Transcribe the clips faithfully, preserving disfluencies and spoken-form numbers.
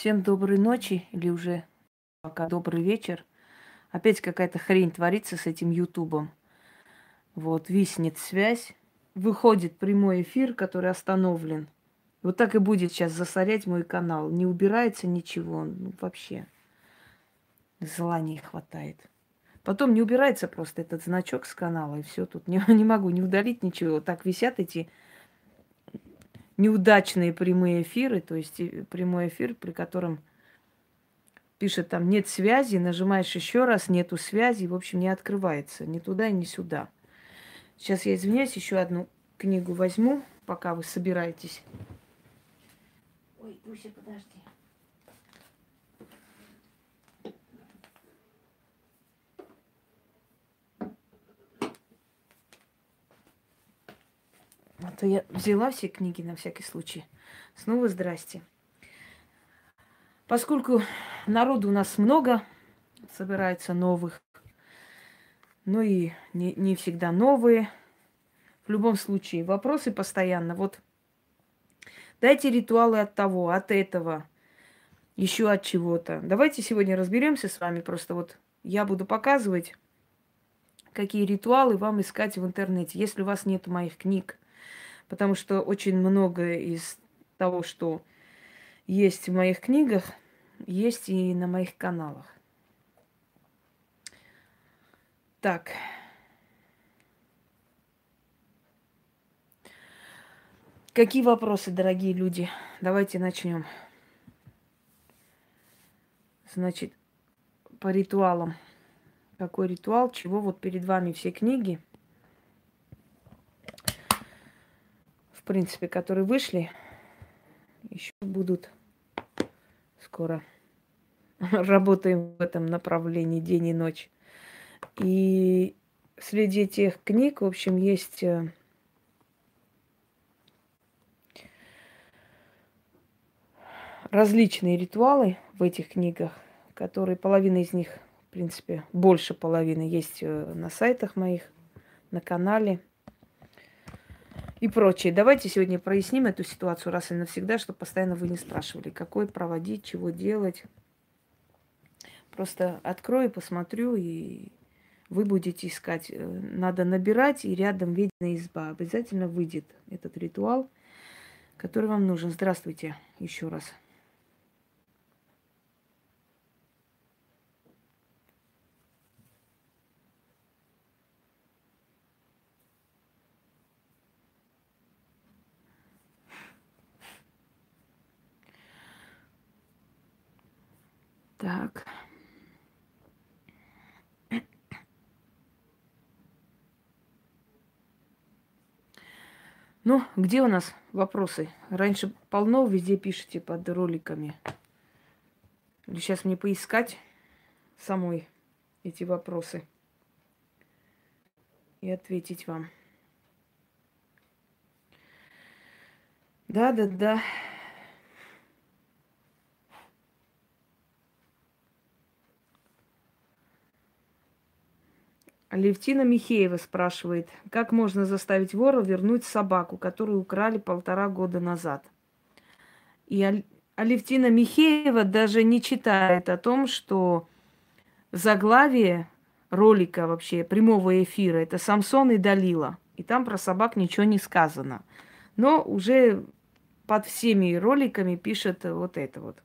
Всем доброй ночи или уже пока добрый вечер. Опять какая-то хрень творится с этим Ютубом. Вот, виснет связь. Выходит прямой эфир, который остановлен. Вот так и будет сейчас засорять мой канал. Не убирается ничего. Ну, вообще. Зла не хватает. Потом не убирается просто этот значок с канала, и все тут. Не, не могу не удалить ничего. Так висят эти неудачные прямые эфиры. То есть э, прямой эфир, при котором пишет там нет связи, нажимаешь еще раз, нету связи, в общем, не открывается ни туда, ни сюда. Сейчас я извиняюсь, еще одну книгу возьму, пока вы собираетесь. Ой, Дуся, подожди. А то я взяла все книги на всякий случай. Снова здрасте. Поскольку народу у нас много, собирается новых, ну и не, не всегда новые. В любом случае, вопросы постоянно. Вот дайте ритуалы от того, от этого, еще от чего-то. Давайте сегодня разберемся с вами. Просто вот я буду показывать, какие ритуалы вам искать в интернете, если у вас нет моих книг. Потому что очень многое из того, что есть в моих книгах, есть и на моих каналах. Так. Какие вопросы, дорогие люди? Давайте начнем. Значит, по ритуалам. Какой ритуал? Чего? Вот перед вами все книги, в принципе, которые вышли, еще будут скоро. Работаем в этом направлении день и ночь. И среди этих книг, в общем, есть различные ритуалы в этих книгах, которые половина из них, в принципе, больше половины есть на сайтах моих, на канале и прочее. Давайте сегодня проясним эту ситуацию раз и навсегда, чтобы постоянно вы не спрашивали, какой проводить, чего делать. Просто открою, посмотрю, и вы будете искать. Надо набирать, и рядом «Ведьмина изба». Обязательно выйдет этот ритуал, который вам нужен. Здравствуйте еще раз. Так. Ну, где у нас вопросы? Раньше полно, везде пишите под роликами. Или сейчас мне поискать самой эти вопросы и ответить вам. Да, да, да. Алевтина Михеева спрашивает, как можно заставить вора вернуть собаку, которую украли полтора года назад. И Ал- Алевтина Михеева даже не читает о том, что заглавие ролика вообще, прямого эфира, это Самсон и Далила. И там про собак ничего не сказано. Но уже под всеми роликами пишет вот это вот.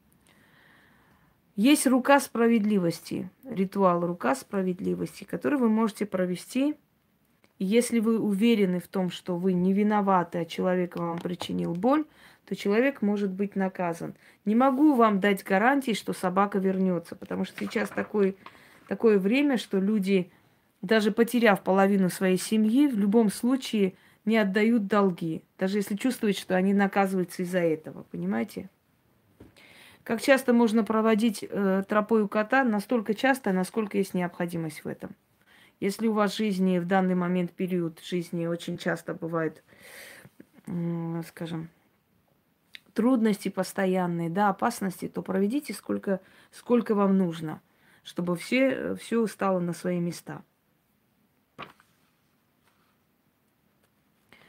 Есть рука справедливости, ритуал рука справедливости, который вы можете провести. И если вы уверены в том, что вы не виноваты, а человек вам причинил боль, то человек может быть наказан. Не могу вам дать гарантии, что собака вернется, потому что сейчас такой, такое время, что люди, даже потеряв половину своей семьи, в любом случае не отдают долги, даже если чувствуют, что они наказываются из-за этого, понимаете? Как часто можно проводить э, тропой у кота? Настолько часто, насколько есть необходимость в этом. Если у вас в жизни, в данный момент, период жизни очень часто бывают, э, скажем, трудности постоянные, да, опасности, то проведите сколько, сколько вам нужно, чтобы все, все стало на свои места.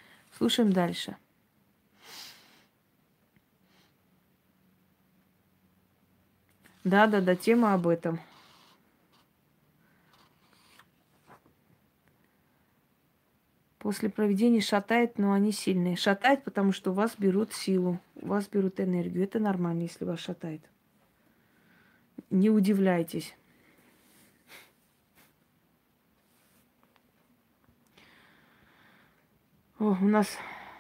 Слушаем дальше. Да-да-да, тема об этом. После проведения шатает, но они сильные. Шатает, потому что у вас берут силу, у вас берут энергию. Это нормально, если вас шатает. Не удивляйтесь. О, у нас...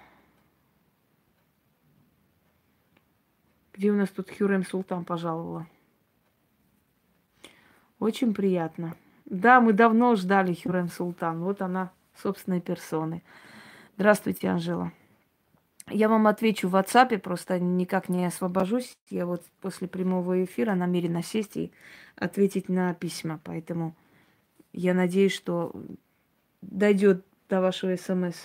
Где у нас тут Хюррем Султан пожаловала? Очень приятно. Да, мы давно ждали Хюррем Султан. Вот она, собственной персоной. Здравствуйте, Анжела. Я вам отвечу в WhatsApp, просто никак не освобожусь. Я вот после прямого эфира намерена сесть и ответить на письма. Поэтому я надеюсь, что дойдет до вашего СМС.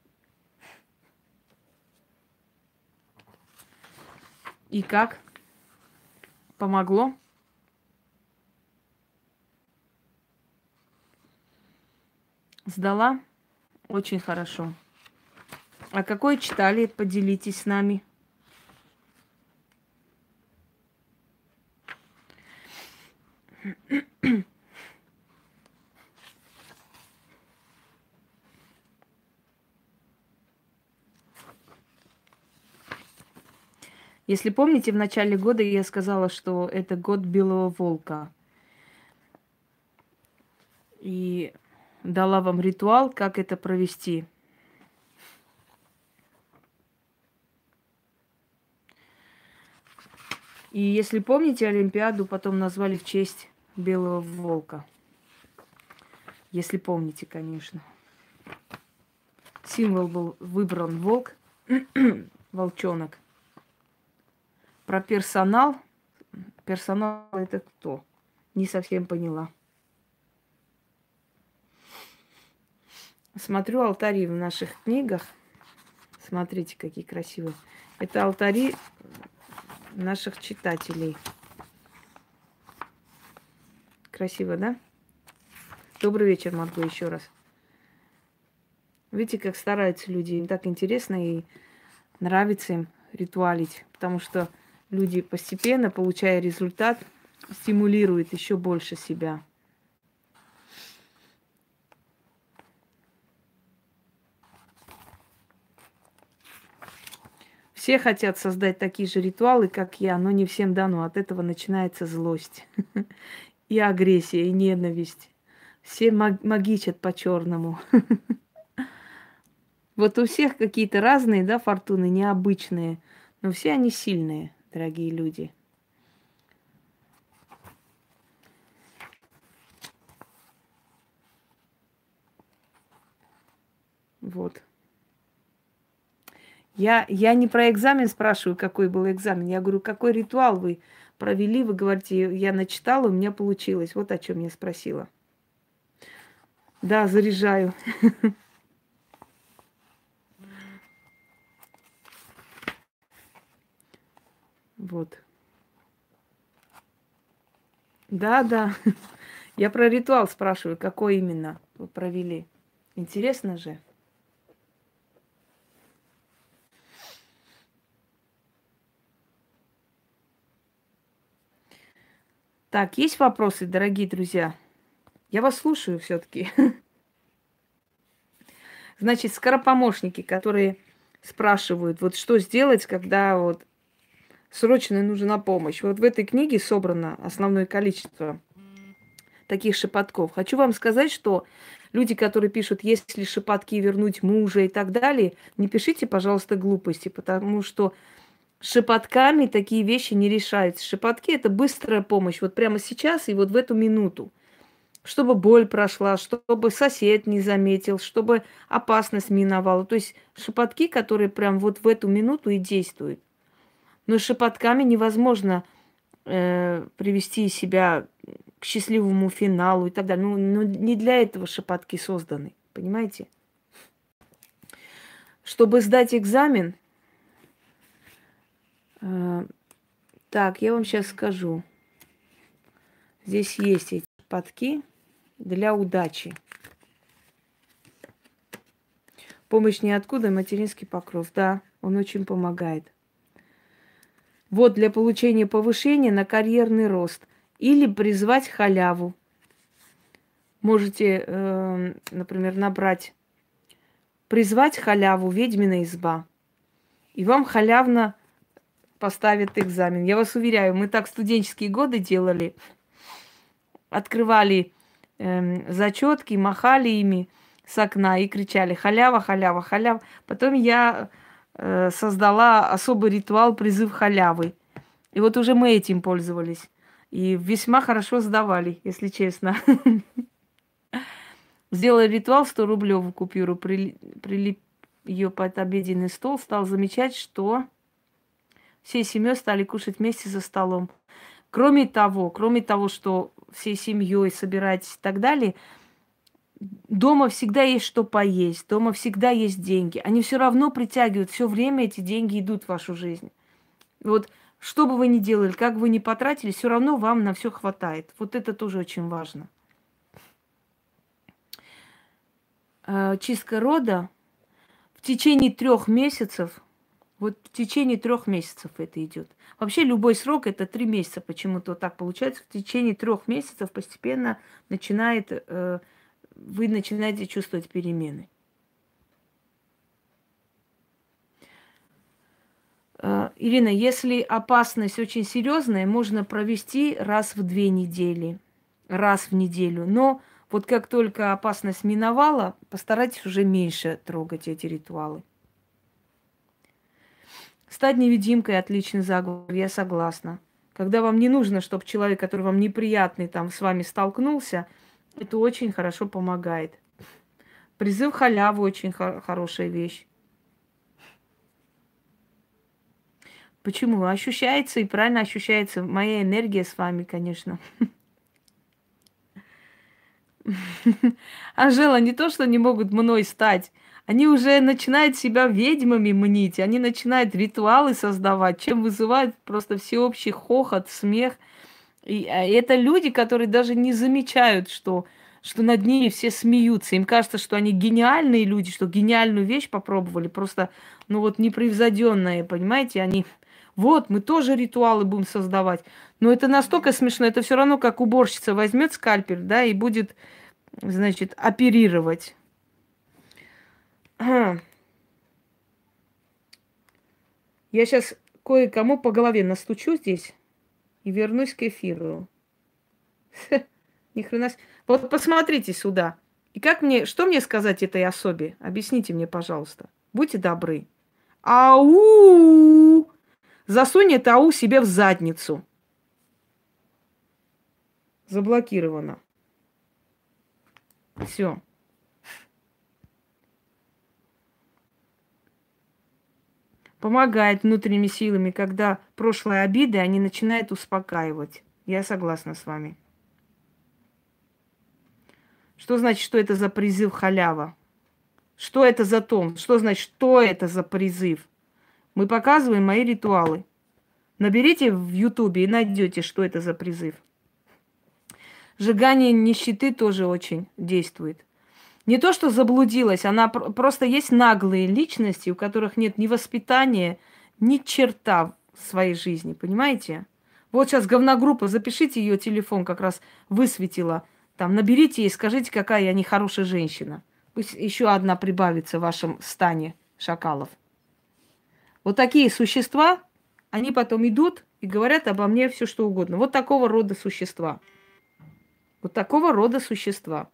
И как? Помогло? Сдала? Очень хорошо. А какой читали? Поделитесь с нами. Если помните, в начале года я сказала, что это год белого волка. И дала вам ритуал, как это провести. И если помните, Олимпиаду потом назвали в честь белого волка. Если помните, конечно. Символ был выбран волк, волчонок. Про персонал. Персонал это кто? Не совсем поняла. Смотрю алтари в наших книгах. Смотрите, какие красивые. Это алтари наших читателей. Красиво, да? Добрый вечер, Марго, еще раз. Видите, как стараются люди. Им так интересно и нравится им ритуалить. Потому что люди постепенно, получая результат, стимулируют еще больше себя. Все хотят создать такие же ритуалы, как я, но не всем дано. От этого начинается злость. И агрессия, и ненависть. Все магичат по-черному. Вот у всех какие-то разные, да, фортуны, необычные. Но все они сильные, дорогие люди. Вот. Я, я не про экзамен спрашиваю, какой был экзамен. Я говорю, какой ритуал вы провели. Вы говорите, я начитала, у меня получилось. Вот о чем я спросила. Да, заряжаю. Вот. Да, да. Я про ритуал спрашиваю, какой именно вы провели. Интересно же. Так, есть вопросы, дорогие друзья? Я вас слушаю все-таки. Значит, скоропомощники, которые спрашивают, вот что сделать, когда вот срочно нужна помощь. Вот в этой книге собрано основное количество таких шепотков. Хочу вам сказать, что люди, которые пишут, если шепотки вернуть мужа и так далее, не пишите, пожалуйста, глупости, потому что шепотками такие вещи не решаются. Шепотки – это быстрая помощь, вот прямо сейчас и вот в эту минуту. Чтобы боль прошла, чтобы сосед не заметил, чтобы опасность миновала. То есть шепотки, которые прям вот в эту минуту и действуют. Но шепотками невозможно э, привести себя к счастливому финалу и так далее. Ну, ну, не для этого шепотки созданы, понимаете? Чтобы сдать экзамен, э, так, я вам сейчас скажу. Здесь есть эти шепотки для удачи. Помощь ниоткуда, материнский покров. Да, он очень помогает. Вот для получения повышения на карьерный рост. Или призвать халяву. Можете, э, например, набрать «призвать халяву, ведьмина изба». И вам халявно поставят экзамен. Я вас уверяю, мы так студенческие годы делали. Открывали э, зачетки, махали ими с окна и кричали «халява, халява, халява». Потом я э, создала особый ритуал «призыв халявы». И вот уже мы этим пользовались. И весьма хорошо сдавали, если честно. Сделала ритуал, сто рублевую купюру, прилип ее под обеденный стол, стал замечать, что всей семьей стали кушать вместе за столом. Кроме того, кроме того, что всей семьей собираетесь и так далее, дома всегда есть что поесть, дома всегда есть деньги. Они все равно притягивают, все время эти деньги идут в вашу жизнь. Вот что бы вы ни делали, как бы вы ни потратили, все равно вам на все хватает. Вот это тоже очень важно. Чистка рода в течение трех месяцев, вот в течение трех месяцев это идет. Вообще любой срок это три месяца, почему-то вот так получается. В течение трех месяцев постепенно начинает, э, вы начинаете чувствовать перемены. Э, Ирина, если опасность очень серьезная, можно провести раз в две недели, раз в неделю. Но вот как только опасность миновала, постарайтесь уже меньше трогать эти ритуалы. Стать невидимкой – отличный заговор, я согласна. Когда вам не нужно, чтобы человек, который вам неприятный, там с вами столкнулся, это очень хорошо помогает. Призыв халявы – очень хор- хорошая вещь. Почему? Ощущается и правильно ощущается моя энергия с вами, конечно. Анжела, не то, что не могут мной стать. Они уже начинают себя ведьмами мнить. Они начинают ритуалы создавать, чем вызывают просто всеобщий хохот, смех. И это люди, которые даже не замечают, что, что над ними все смеются. Им кажется, что они гениальные люди, что гениальную вещь попробовали. Просто, ну вот, непревзойденные, понимаете? Они, вот, мы тоже ритуалы будем создавать. Но это настолько смешно. Это все равно, как уборщица возьмет скальпель, да, и будет, значит, оперировать. Я сейчас кое-кому по голове настучу здесь и вернусь к эфиру. Ни хрена. Вот посмотрите сюда. И как мне, что мне сказать этой особе? Объясните мне, пожалуйста. Будьте добры. Ау! Засунь это ау себе в задницу. Заблокировано. Все. Помогает внутренними силами, когда прошлые обиды, они начинают успокаивать. Я согласна с вами. Что значит, что это за призыв халява? Что это за тон? Что значит, что это за призыв? Мы показываем мои ритуалы. Наберите в Ютубе и найдете, что это за призыв. Сжигание нищеты тоже очень действует. Не то, что заблудилась, она просто есть наглые личности, у которых нет ни воспитания, ни черта в своей жизни, понимаете? Вот сейчас говногруппа, запишите ее телефон, как раз высветила. Там наберите ей, скажите, какая я нехорошая женщина. Пусть еще одна прибавится в вашем стане шакалов. Вот такие существа, они потом идут и говорят обо мне все, что угодно. Вот такого рода существа. Вот такого рода существа.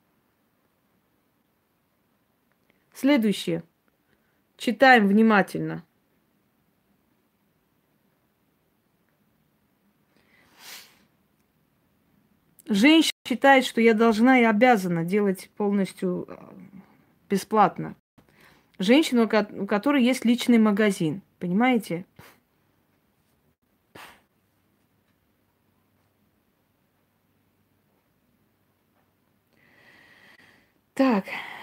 Следующее. Читаем внимательно. Женщина считает, что я должна и обязана делать полностью бесплатно. Женщина, у которой есть личный магазин. Понимаете? Так.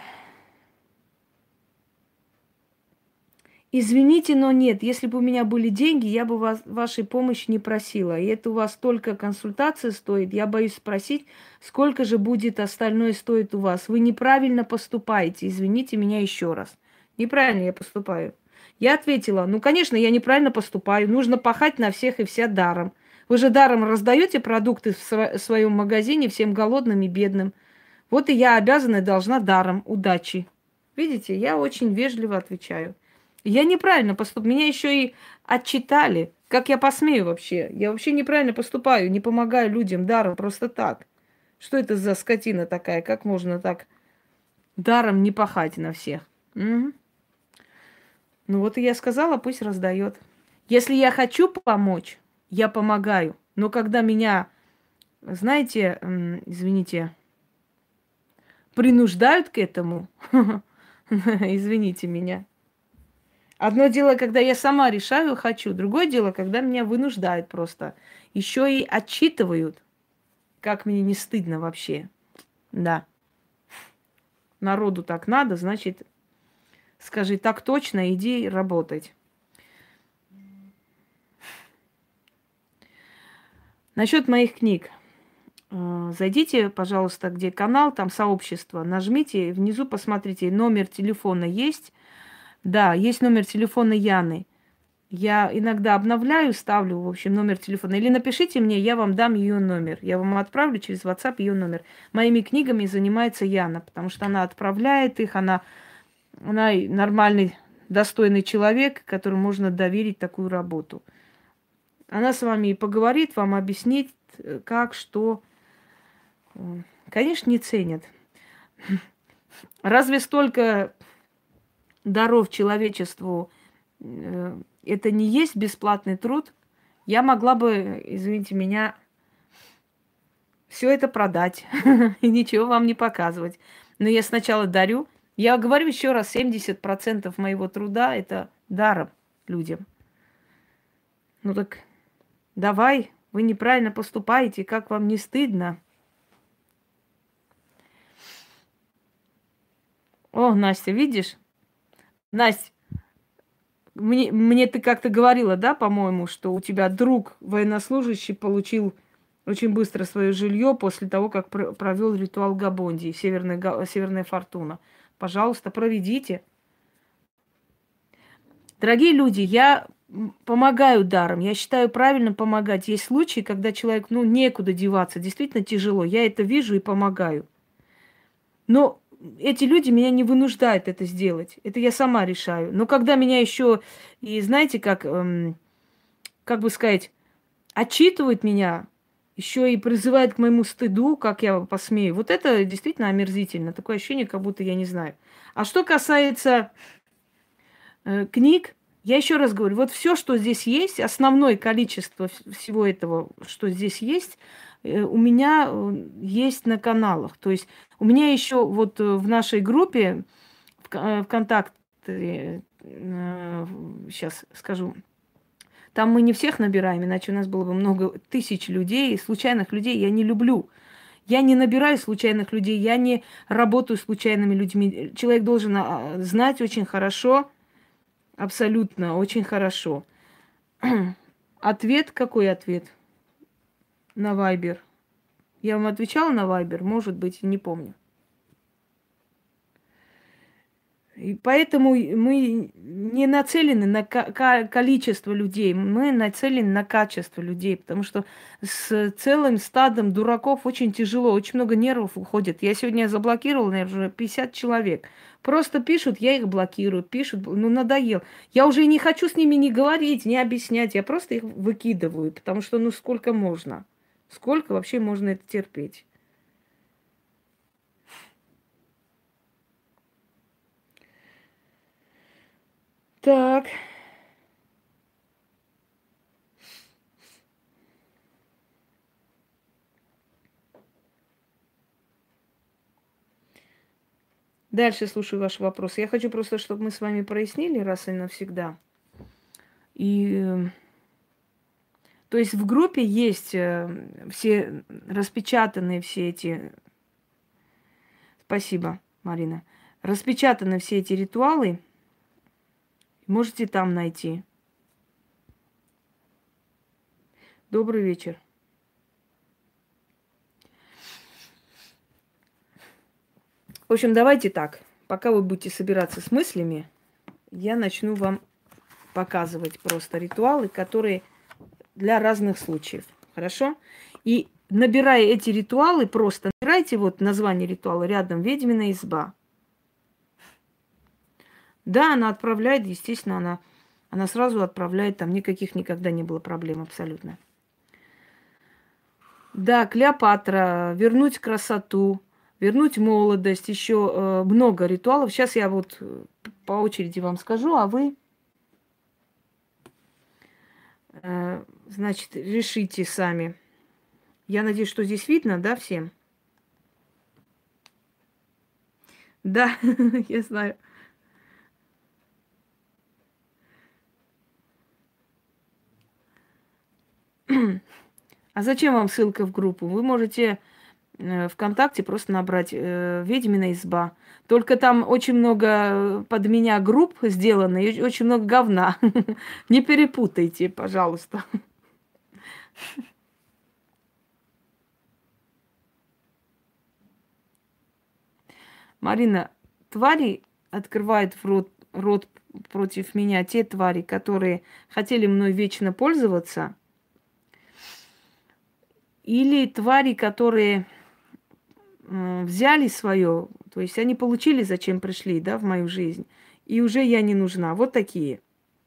Извините, но нет. Если бы у меня были деньги, я бы вас, вашей помощи не просила. И это у вас только консультация стоит. Я боюсь спросить, сколько же будет остальное стоит у вас. Вы неправильно поступаете. Извините меня еще раз. Неправильно я поступаю. Я ответила, ну, конечно, я неправильно поступаю. Нужно пахать на всех и вся даром. Вы же даром раздаете продукты в сво- своем магазине всем голодным и бедным. Вот и я обязана и должна даром. Удачи. Видите, я очень вежливо отвечаю. Я неправильно поступаю. Меня еще и отчитали. Как я посмею вообще? Я вообще неправильно поступаю, не помогаю людям даром просто так. Что это за скотина такая? Как можно так даром не пахать на всех? Мгм. Ну вот и я сказала, пусть раздает. Если я хочу помочь, я помогаю. Но когда меня, знаете, м, извините, принуждают к этому, извините меня. Одно дело, когда я сама решаю, хочу. Другое дело, когда меня вынуждают просто. Еще и отчитывают. Как мне не стыдно вообще. Да. Народу так надо, значит, скажи так точно, иди работать. Насчет моих книг. Э, Зайдите, пожалуйста, где канал, там сообщество. Нажмите, внизу посмотрите, номер телефона есть. Да, есть номер телефона Яны. Я иногда обновляю, ставлю, в общем, номер телефона. Или напишите мне, я вам дам ее номер. Я вам отправлю через WhatsApp ее номер. Моими книгами занимается Яна, потому что она отправляет их, она, она нормальный, достойный человек, которому можно доверить такую работу. Она с вами и поговорит, вам объяснит, э, как, что. Э, Конечно, не ценят. Разве столько даров человечеству э, это не есть бесплатный труд? Я могла бы, извините меня, все это продать и ничего вам не показывать. Но я сначала дарю. Я говорю еще раз, семьдесят процентов моего труда это даром людям. Ну так давай, вы неправильно поступаете, как вам не стыдно? О, Настя, видишь? Настя, мне, мне ты как-то говорила, да, по-моему, что у тебя друг военнослужащий получил очень быстро свое жилье после того, как пр- провел ритуал Габонди, Северная, Га- Северная Фортуна. Пожалуйста, проведите. Дорогие люди, я м, помогаю даром. Я считаю правильно помогать. Есть случаи, когда человек, ну, некуда деваться, действительно тяжело. Я это вижу и помогаю. Но эти люди меня не вынуждают это сделать. Это я сама решаю. Но когда меня еще, и знаете, как, эм, как бы сказать, отчитывают меня, еще и призывают к моему стыду, как я посмею. Вот это действительно омерзительно. Такое ощущение, как будто я не знаю. А что касается э, книг, я еще раз говорю, вот все, что здесь есть, основное количество вс- всего этого, что здесь есть, э, у меня э, есть на каналах. То есть у меня еще вот э, в нашей группе в ко- э, ВКонтакте, сейчас скажу, там мы не всех набираем, иначе у нас было бы много тысяч людей, случайных людей я не люблю. Я не набираю случайных людей, я не работаю с случайными людьми. Человек должен а, знать очень хорошо, абсолютно, очень хорошо. Ответ, какой ответ? На Вайбер. Я вам отвечала на Вайбер, может быть, не помню. И поэтому мы не нацелены на ка- ка- количество людей, мы нацелены на качество людей, потому что с целым стадом дураков очень тяжело, очень много нервов уходит. Я сегодня заблокировала, наверное, уже пятьдесят человек. Просто пишут, я их блокирую, пишут, ну надоел. Я уже и не хочу с ними ни говорить, ни объяснять, я просто их выкидываю, потому что ну сколько можно? Сколько вообще можно это терпеть? Так. Дальше слушаю ваш вопрос. Я хочу просто, чтобы мы с вами прояснили раз и навсегда. И, э, то есть в группе есть э, все распечатанные все эти... Спасибо, Марина. Распечатаны все эти ритуалы. Можете там найти. Добрый вечер. В общем, давайте так. Пока вы будете собираться с мыслями, я начну вам показывать просто ритуалы, которые для разных случаев. Хорошо? И набирая эти ритуалы, просто набирайте вот название ритуала рядом «Ведьмина изба». Да, она отправляет, естественно, она, она сразу отправляет, там никаких никогда не было проблем абсолютно. Да, Клеопатра, вернуть красоту, вернуть молодость, еще э, много ритуалов. Сейчас я вот по очереди вам скажу, а вы, э, значит, решите сами. Я надеюсь, что здесь видно, да, всем? Да, я знаю. А зачем вам ссылка в группу? Вы можете э, ВКонтакте просто набрать э, «Ведьмина изба». Только там очень много под меня групп сделано и очень много говна. Не перепутайте, пожалуйста. Марина, твари открывают в рот, рот против меня те твари, которые хотели мной вечно пользоваться, или твари, которые э, взяли свое, то есть они получили, зачем пришли, да, в мою жизнь, и уже я не нужна. Вот такие.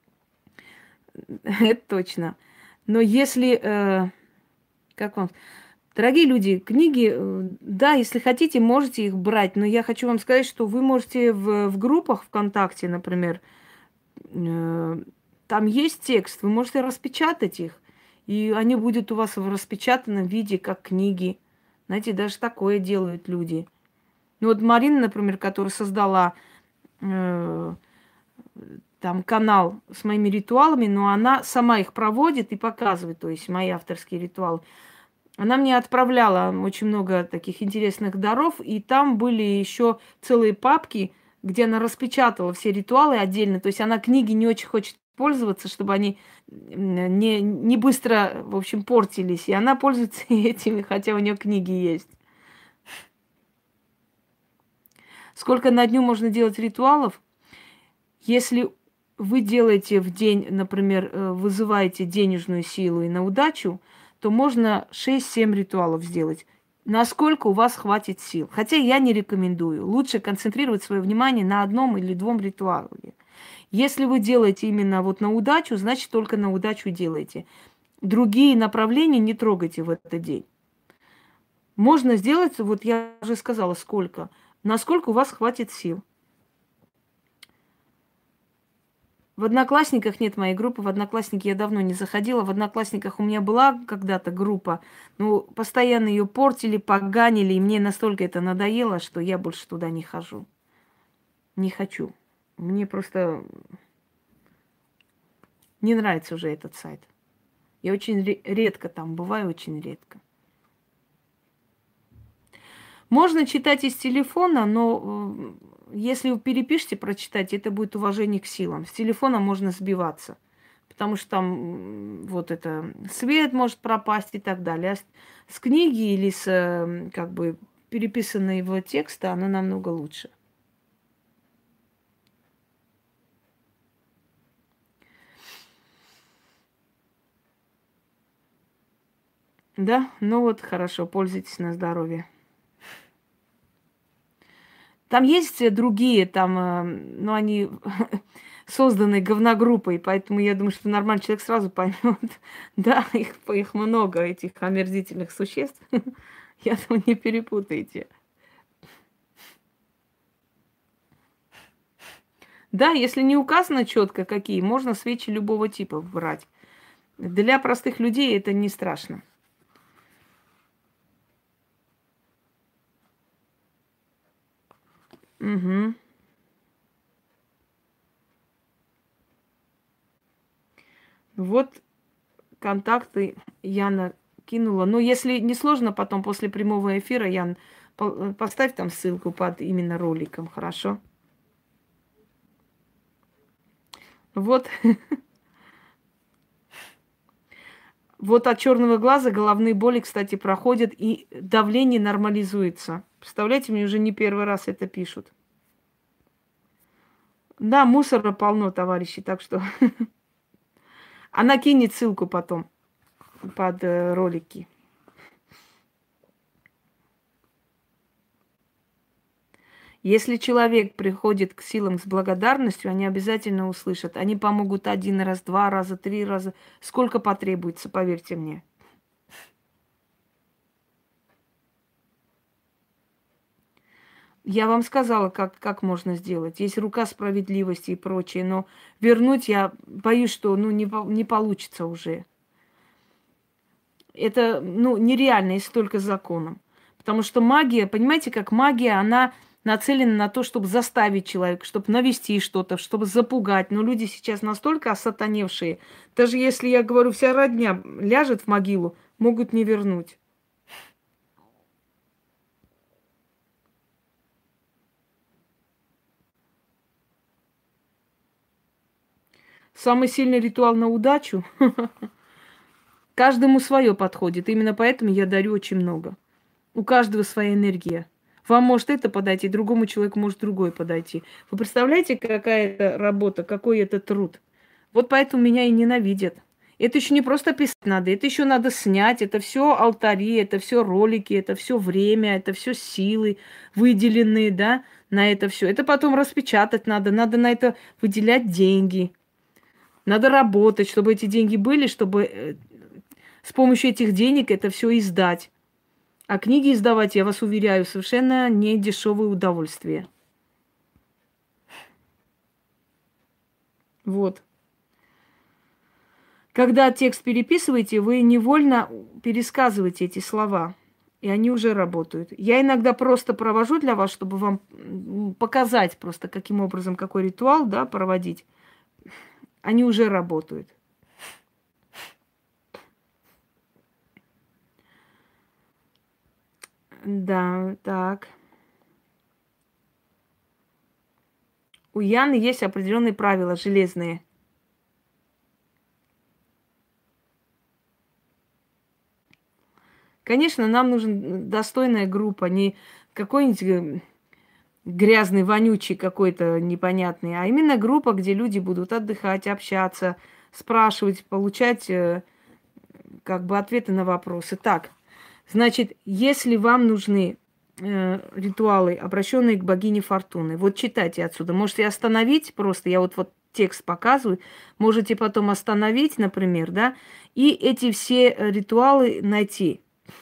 Это точно. Но если, э, как вам, дорогие люди, книги, э, да, если хотите, можете их брать, но я хочу вам сказать, что вы можете в, в группах ВКонтакте, например, э, там есть текст, вы можете распечатать их, и они будут у вас в распечатанном виде, как книги. Знаете, даже такое делают люди. Ну вот Марина, например, которая создала э, там канал с моими ритуалами, но она сама их проводит и показывает, то есть мои авторские ритуалы. Она мне отправляла очень много таких интересных даров, и там были еще целые папки, где она распечатала все ритуалы отдельно. То есть она книги не очень хочет пользоваться, чтобы они не, не быстро, в общем, портились. И она пользуется этими, хотя у нее книги есть. Сколько на дню можно делать ритуалов? Если вы делаете в день, например, вызываете денежную силу и на удачу, то можно шесть-семь ритуалов сделать. Насколько у вас хватит сил. Хотя я не рекомендую. Лучше концентрировать свое внимание на одном или двум ритуале. Если вы делаете именно вот на удачу, значит только на удачу делайте. Другие направления не трогайте в этот день. Можно сделать, вот я уже сказала, сколько. Насколько у вас хватит сил. В Одноклассниках нет моей группы, в Одноклассники я давно не заходила. В Одноклассниках у меня была когда-то группа, но постоянно ее портили, поганили, и мне настолько это надоело, что я больше туда не хожу. Не хочу. Мне просто не нравится уже этот сайт. Я очень редко там бываю, очень редко. Можно читать из телефона, но если вы перепишете, прочитать, это будет уважение к силам. С телефона можно сбиваться, потому что там вот это свет может пропасть и так далее. А с, с книги или с как бы переписанного текста оно намного лучше. Да, ну вот хорошо, пользуйтесь на здоровье. Там есть другие, там, ну, они созданы говногруппой, поэтому я думаю, что нормальный человек сразу поймет. Да, их, их много, этих омерзительных существ. Я думаю, не перепутайте. Да, если не указано четко, какие, можно свечи любого типа брать. Для простых людей это не страшно. Угу. Вот контакты я накинула. Но если не сложно, потом после прямого эфира, Ян, поставь там ссылку под именно роликом, хорошо? Вот. Вот от черного глаза головные боли, кстати, проходят, и давление нормализуется. Представляете, мне уже не первый раз это пишут. Да, мусора полно, товарищи, так что Она кинет ссылку потом под э, ролики. Если человек приходит к силам с благодарностью, они обязательно услышат. Они помогут один раз, два раза, три раза. Сколько потребуется, поверьте мне. Я вам сказала, как, как можно сделать. Есть рука справедливости и прочее, но вернуть я боюсь, что ну, не, не получится уже. Это ну, нереально, если только законом. Потому что магия, понимаете, как магия, она нацелена на то, чтобы заставить человека, чтобы навести что-то, чтобы запугать. Но люди сейчас настолько осатаневшие. Даже если, я говорю, вся родня ляжет в могилу, могут не вернуть. Самый сильный ритуал на удачу. Каждому свое подходит. Именно поэтому я дарю очень много. У каждого своя энергия. Вам может это подойти, другому человеку может другой подойти. Вы представляете, какая это работа, какой это труд? Вот поэтому меня и ненавидят. Это еще не просто писать надо, это еще надо снять. Это все алтари, это все ролики, это все время, это все силы выделенные, да, на это все. Это потом распечатать надо, надо на это выделять деньги. Надо работать, чтобы эти деньги были, чтобы с помощью этих денег это все издать. А книги издавать, я вас уверяю, совершенно не дешевое удовольствие. Вот. Когда текст переписываете, вы невольно пересказываете эти слова, и они уже работают. Я иногда просто провожу для вас, чтобы вам показать просто, каким образом, какой ритуал, да, проводить. Они уже работают. Да, так. У Яны есть определенные правила, железные. Конечно, нам нужна достойная группа, не какой-нибудь грязный, вонючий какой-то непонятный, а именно группа, где люди будут отдыхать, общаться, спрашивать, получать как бы ответы на вопросы. Так, значит, если вам нужны э, ритуалы, обращенные к богине Фортуны, вот читайте отсюда. Можете остановить просто, я вот, вот текст показываю, можете потом остановить, например, да, и эти все ритуалы найти.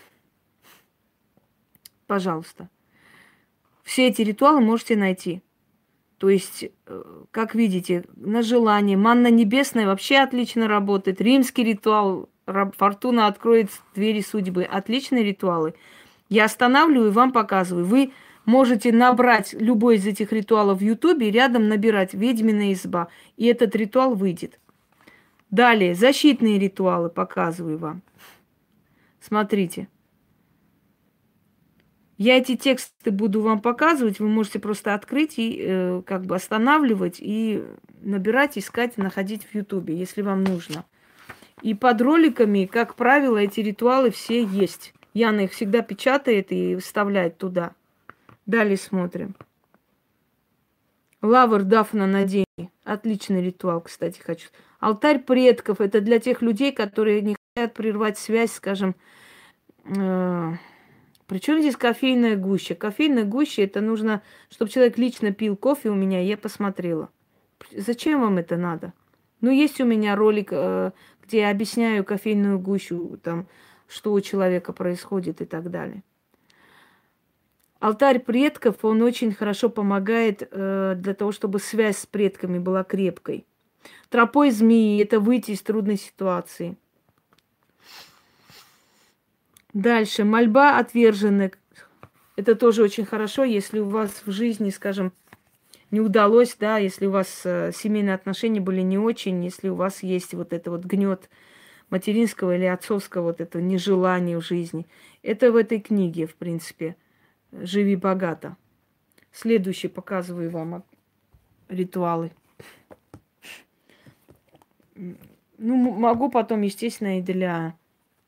Пожалуйста. Все эти ритуалы можете найти. То есть, как видите, на желание. Манна небесная вообще отлично работает. Римский ритуал, Фортуна откроет двери судьбы. Отличные ритуалы. Я останавливаю и вам показываю. Вы можете набрать любой из этих ритуалов в Ютубе и рядом набирать «Ведьмина изба». И этот ритуал выйдет. Далее, защитные ритуалы показываю вам. Смотрите. Я эти тексты буду вам показывать, вы можете просто открыть и э, как бы останавливать и набирать, искать, находить в Ютубе, если вам нужно. И под роликами, как правило, эти ритуалы все есть. Яна их всегда печатает и вставляет туда. Далее смотрим. Лавр Дафна на деньги. Отличный ритуал, кстати, хочу. Алтарь предков. Это для тех людей, которые не хотят прервать связь, скажем... Э Причем здесь кофейная гуща? Кофейная гуща, это нужно, чтобы человек лично пил кофе у меня, и я посмотрела. Зачем вам это надо? Ну, есть у меня ролик, где я объясняю кофейную гущу, там, что у человека происходит и так далее. Алтарь предков, он очень хорошо помогает для того, чтобы связь с предками была крепкой. Тропой змеи – это выйти из трудной ситуации. Дальше. Мольба отверженных. Это тоже очень хорошо, если у вас в жизни, скажем, не удалось, да, если у вас э, семейные отношения были не очень, если у вас есть вот это вот гнет материнского или отцовского вот этого нежелания в жизни. Это в этой книге, в принципе, «Живи богато». Следующий показываю вам ритуалы. Ну, могу потом, естественно, и для...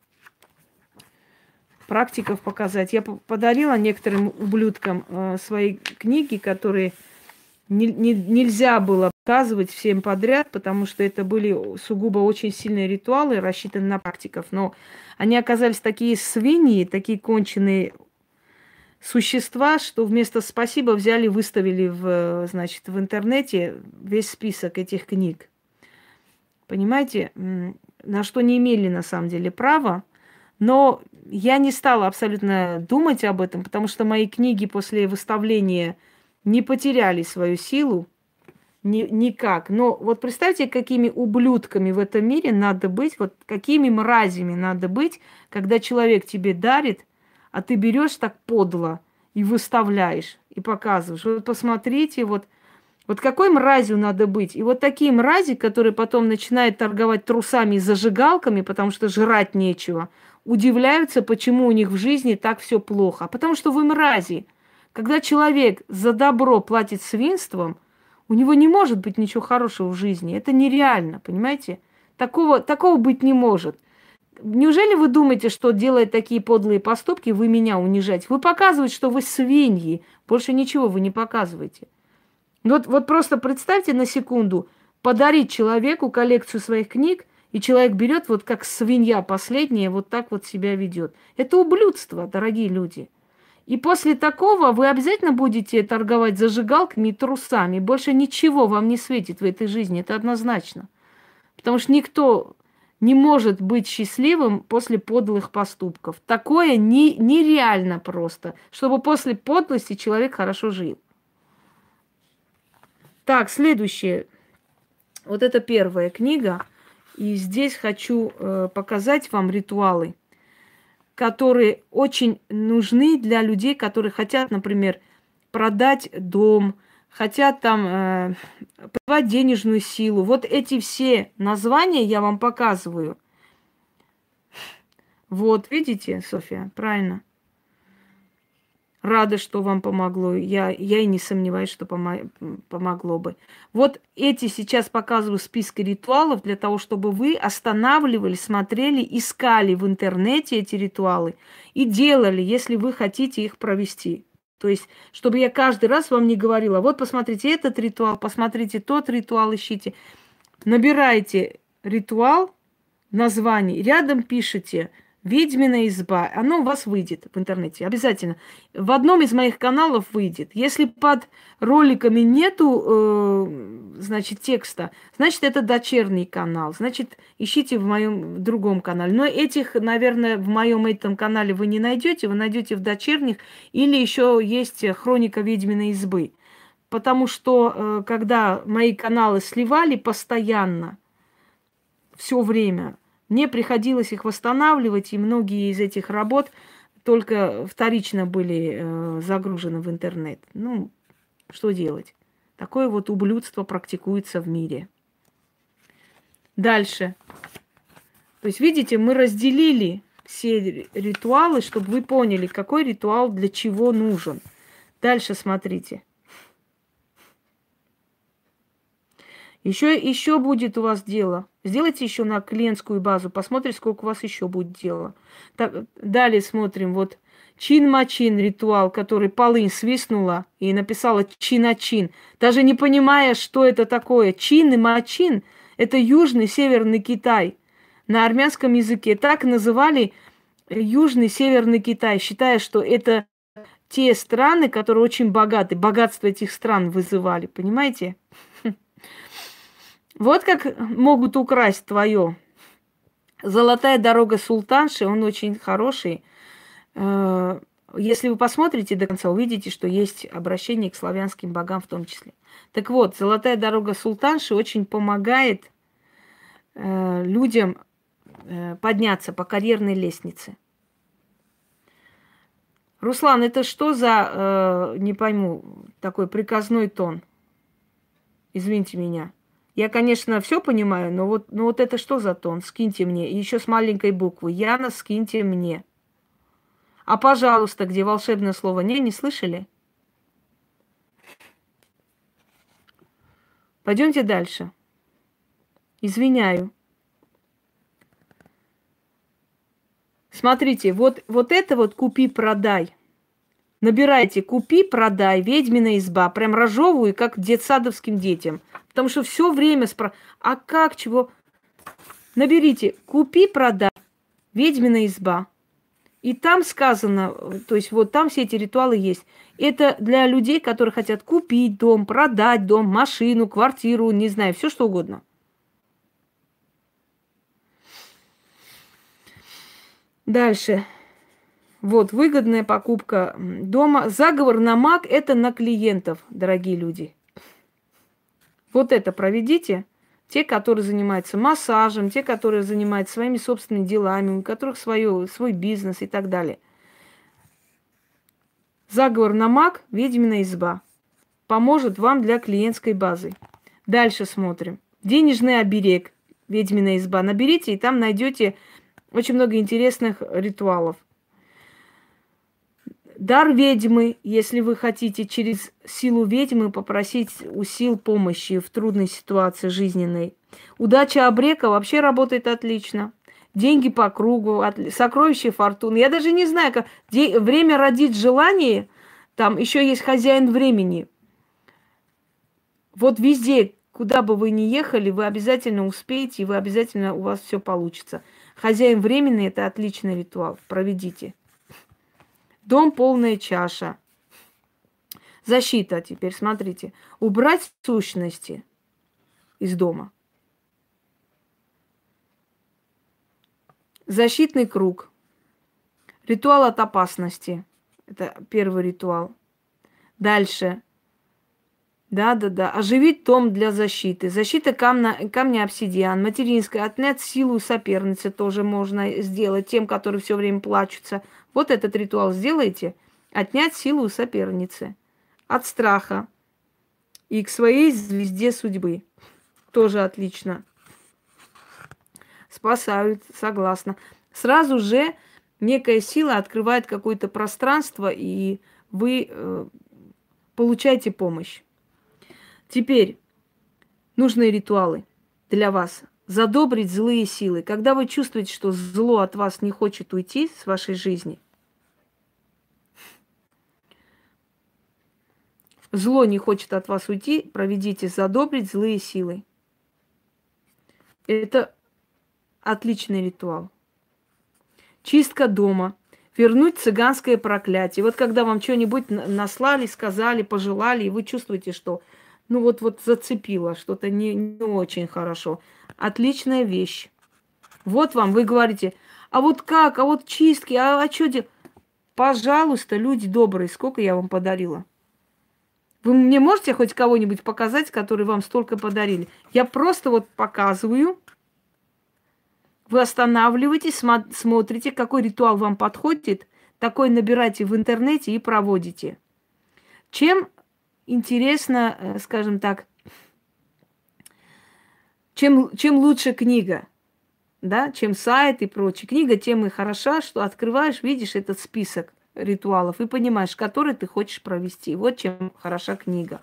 практиков показать. Я подарила некоторым ублюдкам э, свои книги, которые не, не, нельзя было рассказывать всем подряд, потому что это были сугубо очень сильные ритуалы, рассчитанные на практиков. Но они оказались такие свиньи, такие конченые существа, что вместо спасибо взяли, выставили в, значит, в интернете весь список этих книг. Понимаете, на что не имели на самом деле права. Но я не стала абсолютно думать об этом, потому что мои книги после выставления не потеряли свою силу ни, никак. Но вот представьте, какими ублюдками в этом мире надо быть, вот какими мразями надо быть, когда человек тебе дарит, а ты берешь так подло и выставляешь, и показываешь. Вот посмотрите, вот, вот какой мразью надо быть. И вот такие мрази, которые потом начинают торговать трусами и зажигалками, потому что жрать нечего, удивляются, почему у них в жизни так все плохо. А потому что вы мрази. Когда человек за добро платит свинством, у него не может быть ничего хорошего в жизни. Это нереально, понимаете? Такого, такого быть не может. Неужели вы думаете, что, делая такие подлые поступки, вы меня унижаете? Вы показываете, что вы свиньи. Больше ничего вы не показываете. Вот, вот просто представьте на секунду, подарить человеку коллекцию своих книг, и человек берет, вот как свинья последняя, вот так вот себя ведет. Это ублюдство, дорогие люди. И после такого вы обязательно будете торговать зажигалками и трусами. Больше ничего вам не светит в этой жизни, это однозначно. Потому что никто не может быть счастливым после подлых поступков. Такое не, нереально просто, чтобы после подлости человек хорошо жил. Так, следующее. Вот это первая книга. И здесь хочу э, показать вам ритуалы, которые очень нужны для людей, которые хотят, например, продать дом, хотят там э, продавать денежную силу. Вот эти все названия я вам показываю. Вот, видите, Софья, правильно. Рада, что вам помогло. Я, я и не сомневаюсь, что помо- помогло бы. Вот эти сейчас показываю списки ритуалов для того, чтобы вы останавливали, смотрели, искали в интернете эти ритуалы и делали, если вы хотите их провести. То есть, чтобы я каждый раз вам не говорила, вот посмотрите этот ритуал, посмотрите тот ритуал, ищите. Набирайте ритуал, название, рядом пишите «Ведьмина изба». Оно у вас выйдет в интернете, обязательно. В одном из моих каналов выйдет. Если под роликами нету, э, значит, текста, значит, это дочерний канал. Значит, ищите в моем другом канале. Но этих, наверное, в моем этом канале вы не найдете. Вы найдете в дочерних. Или еще есть хроника «Ведьминой избы». Потому что, э, когда мои каналы сливали постоянно, все время, мне приходилось их восстанавливать, и многие из этих работ только вторично были э, загружены в интернет. Ну, что делать? Такое вот ублюдство практикуется в мире. Дальше. То есть, видите, мы разделили все ритуалы, чтобы вы поняли, какой ритуал для чего нужен. Дальше смотрите. Еще, еще будет у вас дело. Сделайте еще на клиентскую базу, посмотрите, сколько у вас еще будет дела. Так, далее смотрим. Вот чин-мачин ритуал, который полынь свистнула и написала чин-а-чин. Даже не понимая, что это такое. Чин и мачин – это Южный, Северный Китай. На армянском языке так называли Южный, Северный Китай, считая, что это те страны, которые очень богаты. Богатство этих стран вызывали, понимаете? Вот как могут украсть твое. «Золотая дорога султанши», он очень хороший. Если вы посмотрите до конца, увидите, что есть обращение к славянским богам в том числе. Так вот, «Золотая дорога султанши» очень помогает людям подняться по карьерной лестнице. Руслан, это что за, не пойму, такой приказной тон? Извините меня. Я, конечно, все понимаю, но вот, но вот это что за тон? Скиньте мне. И еще с маленькой буквы. Яна, скиньте мне. А пожалуйста, где волшебное слово? Не, не слышали? Пойдемте дальше. Извиняю. Смотрите, вот, вот это вот купи-продай. Набирайте «Купи, продай, ведьмина изба». Прям разжевываю, как детсадовским детям. Потому что все время спрашиваю, а как, чего? Наберите «Купи, продай, ведьмина изба». И там сказано, то есть вот там все эти ритуалы есть. Это для людей, которые хотят купить дом, продать дом, машину, квартиру, не знаю, все что угодно. Дальше. Вот, выгодная покупка дома. Заговор на маг – это на клиентов, дорогие люди. Вот это проведите. Те, которые занимаются массажем, те, которые занимаются своими собственными делами, у которых свое, свой бизнес и так далее. Заговор на маг – ведьмина изба. Поможет вам для клиентской базы. Дальше смотрим. Денежный оберег – ведьмина изба. Наберите, и там найдете очень много интересных ритуалов. Дар ведьмы, если вы хотите через силу ведьмы попросить у сил помощи в трудной ситуации жизненной. Удача обрека вообще работает отлично. Деньги по кругу, сокровища фортуны. Я даже не знаю, как время родит желание. Там еще есть хозяин времени. Вот везде, куда бы вы ни ехали, вы обязательно успеете, и вы обязательно у вас все получится. Хозяин времени – это отличный ритуал. Проведите. Дом полная чаша. Защита теперь, смотрите. Убрать сущности из дома. Защитный круг. Ритуал от опасности. Это первый ритуал. Дальше. Да-да-да. Оживить дом для защиты. Защита камня, камня обсидиан. Материнская. Отнять силу соперницы тоже можно сделать. Тем, которые все время плачутся. Вот этот ритуал сделайте. Отнять силу у соперницы. От страха. И к своей звезде судьбы. Тоже отлично. Спасают, согласна. Сразу же некая сила открывает какое-то пространство, и вы э, получаете помощь. Теперь нужные ритуалы для вас. Задобрить злые силы. Когда вы чувствуете, что зло от вас не хочет уйти с вашей жизни, зло не хочет от вас уйти, проведите задобрить злые силы. Это отличный ритуал. Чистка дома. Вернуть цыганское проклятие. Вот когда вам что-нибудь наслали, сказали, пожелали, и вы чувствуете, что ну вот, вот зацепило, что-то не, не очень хорошо. Отличная вещь. Вот вам, вы говорите, а вот как, а вот чистки, а, а что делать? Пожалуйста, люди добрые, сколько я вам подарила? Вы мне можете хоть кого-нибудь показать, который вам столько подарили? Я просто вот показываю. Вы останавливаетесь, смо- смотрите, какой ритуал вам подходит, такой набирайте в интернете и проводите. Чем интересно, скажем так, чем, чем лучше книга, да, чем сайт и прочее. Книга тем и хороша, что открываешь, видишь этот список ритуалов и понимаешь, который ты хочешь провести. Вот чем хороша книга.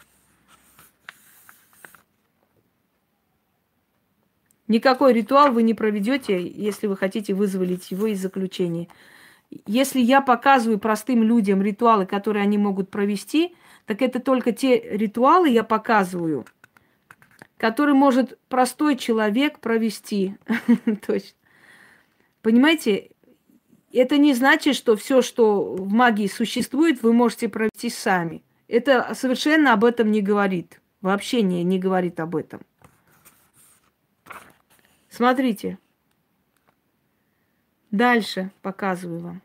Никакой ритуал вы не проведете, если вы хотите вызволить его из заключения. Если я показываю простым людям ритуалы, которые они могут провести, так это только те ритуалы я показываю, которые может простой человек провести. Точно. Понимаете, это не значит, что все, что в магии существует, вы можете провести сами. Это совершенно об этом не говорит. Вообще не, не говорит об этом. Смотрите. Дальше показываю вам.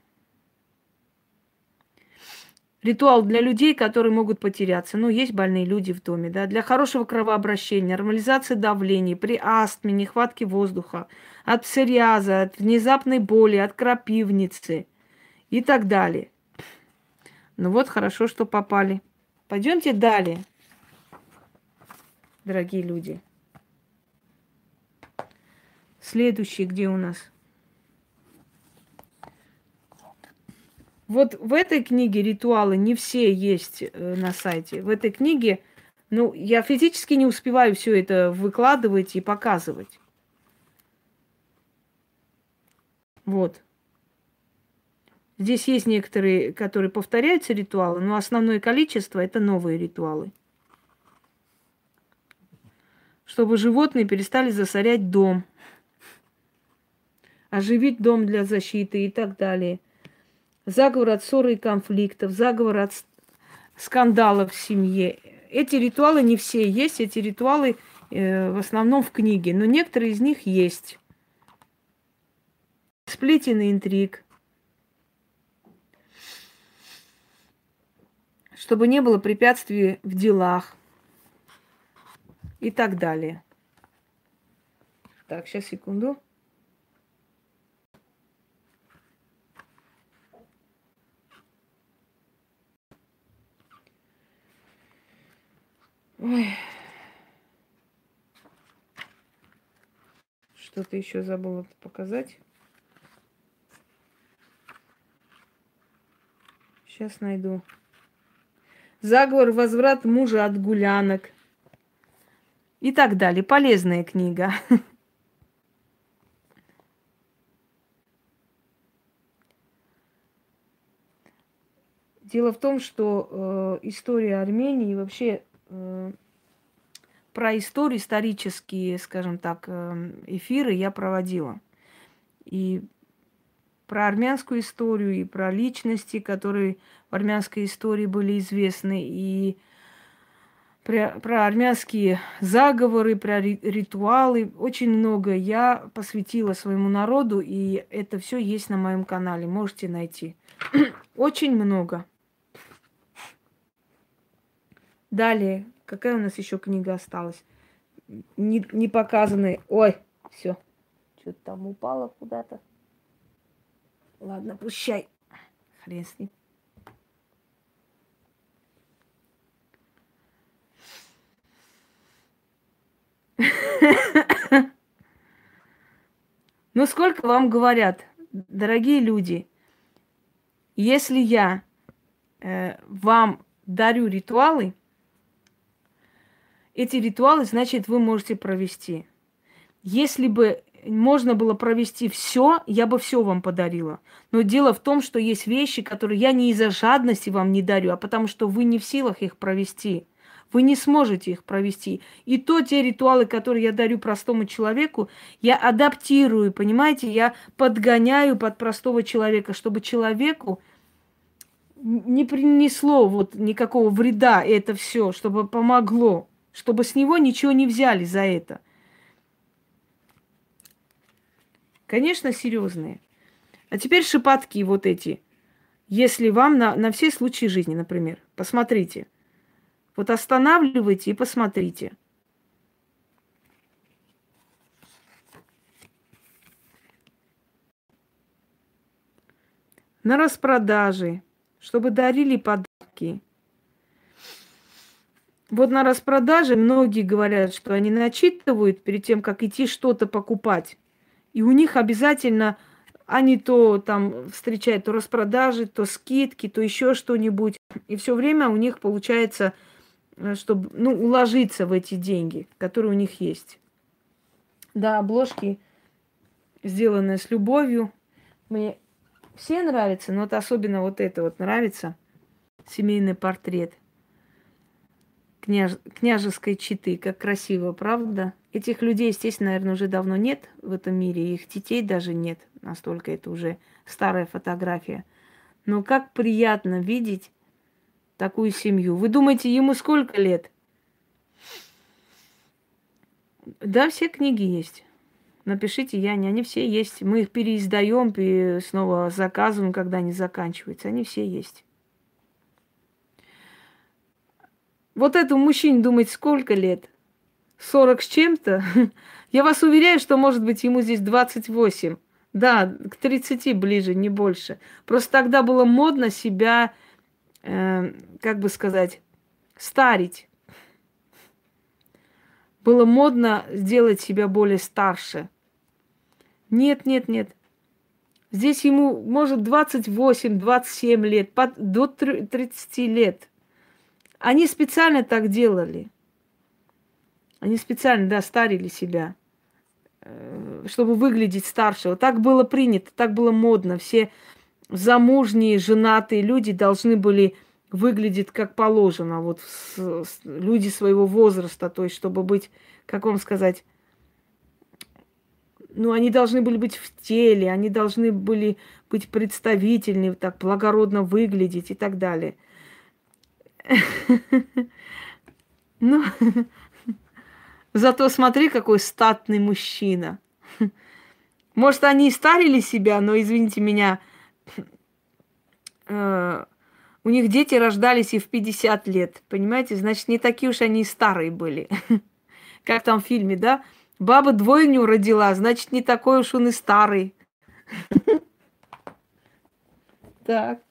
Ритуал для людей, которые могут потеряться. Ну, есть больные люди в доме, да. Для хорошего кровообращения, нормализации давления, при астме, нехватке воздуха, от псориаза, от внезапной боли, от крапивницы и так далее. Ну вот, хорошо, что попали. Пойдемте далее, дорогие люди. Следующий, где у нас? Вот в этой книге ритуалы не все есть на сайте. В этой книге, ну, я физически не успеваю все это выкладывать и показывать. Вот. Здесь есть некоторые, которые повторяются ритуалы, но основное количество – это новые ритуалы. Чтобы животные перестали засорять дом, оживить дом для защиты и так далее. Заговор от ссоры и конфликтов, заговор от скандалов в семье. Эти ритуалы не все есть, эти ритуалы э, в основном в книге, но некоторые из них есть. Сплетен и интриг. Чтобы не было препятствий в делах и так далее. Так, сейчас, секунду. Ой. Что-то еще забыла показать. Сейчас найду. Заговор, возврат мужа от гулянок. И так далее. Полезная книга. Дело в том, что э, история Армении, вообще э, про историю, исторические, скажем так, э, эфиры я проводила. И про армянскую историю, и про личности, которые в армянской истории были известны, и про, про армянские заговоры, про ритуалы. Очень много я посвятила своему народу, и это все есть на моем канале. Можете найти. Очень много. Далее, какая у нас еще книга осталась? Не, не показанные. Ой, все. Что-то там упало куда-то. Ладно, пущай. Хрен с ним. Ну, сколько вам говорят, дорогие люди, если я э, вам дарю ритуалы, эти ритуалы, значит, вы можете провести. Если бы можно было провести все, я бы все вам подарила. Но дело в том, что есть вещи, которые я не из-за жадности вам не дарю, а потому что вы не в силах их провести. Вы не сможете их провести. И то те ритуалы, которые я дарю простому человеку, я адаптирую, понимаете? Я подгоняю под простого человека, чтобы человеку не принесло вот никакого вреда это все, чтобы помогло, чтобы с него ничего не взяли за это. Конечно, серьезные. А теперь шепотки вот эти. Если вам на, на все случаи жизни, например, посмотрите. Вот останавливайте и посмотрите. На распродаже, чтобы дарили подарки. Вот на распродаже многие говорят, что они начитывают перед тем, как идти что-то покупать. И у них обязательно они то там встречают то распродажи, то скидки, то еще что-нибудь. И все время у них получается, чтобы ну, уложиться в эти деньги, которые у них есть. Да, обложки сделаны с любовью. Мне все нравятся, но вот особенно вот это вот нравится. Семейный портрет княж... княжеской четы. Как красиво, правда? Этих людей, естественно, наверное, уже давно нет в этом мире. Их детей даже нет. Настолько это уже старая фотография. Но как приятно видеть такую семью. Вы думаете, ему сколько лет? Да, все книги есть. Напишите, Яне, они все есть. Мы их переиздаем, снова заказываем, когда они заканчиваются. Они все есть. Вот этому мужчине, думаете, сколько лет? сорок с чем-то? Я вас уверяю, что, может быть, ему здесь двадцать восемь. Да, к тридцати ближе, не больше. Просто тогда было модно себя, э, как бы сказать, старить. Было модно сделать себя более старше. Нет, нет, нет. Здесь ему, может, двадцать восемь, двадцать семь лет, до тридцати лет. Они специально так делали. Они специально, да, старили себя, чтобы выглядеть старше. Вот так было принято, так было модно. Все замужние, женатые люди должны были выглядеть как положено, вот с, с- люди своего возраста, то есть чтобы быть, как вам сказать, ну, они должны были быть в теле, они должны были быть представительны, так благородно выглядеть и так далее. Ну, зато смотри, какой статный мужчина. Может, они и старили себя, но, извините меня, э, у них дети рождались и в пятьдесят лет, понимаете? Значит, не такие уж они и старые были. Как там в фильме, да? Баба двойню родила, значит, не такой уж он и старый. Так.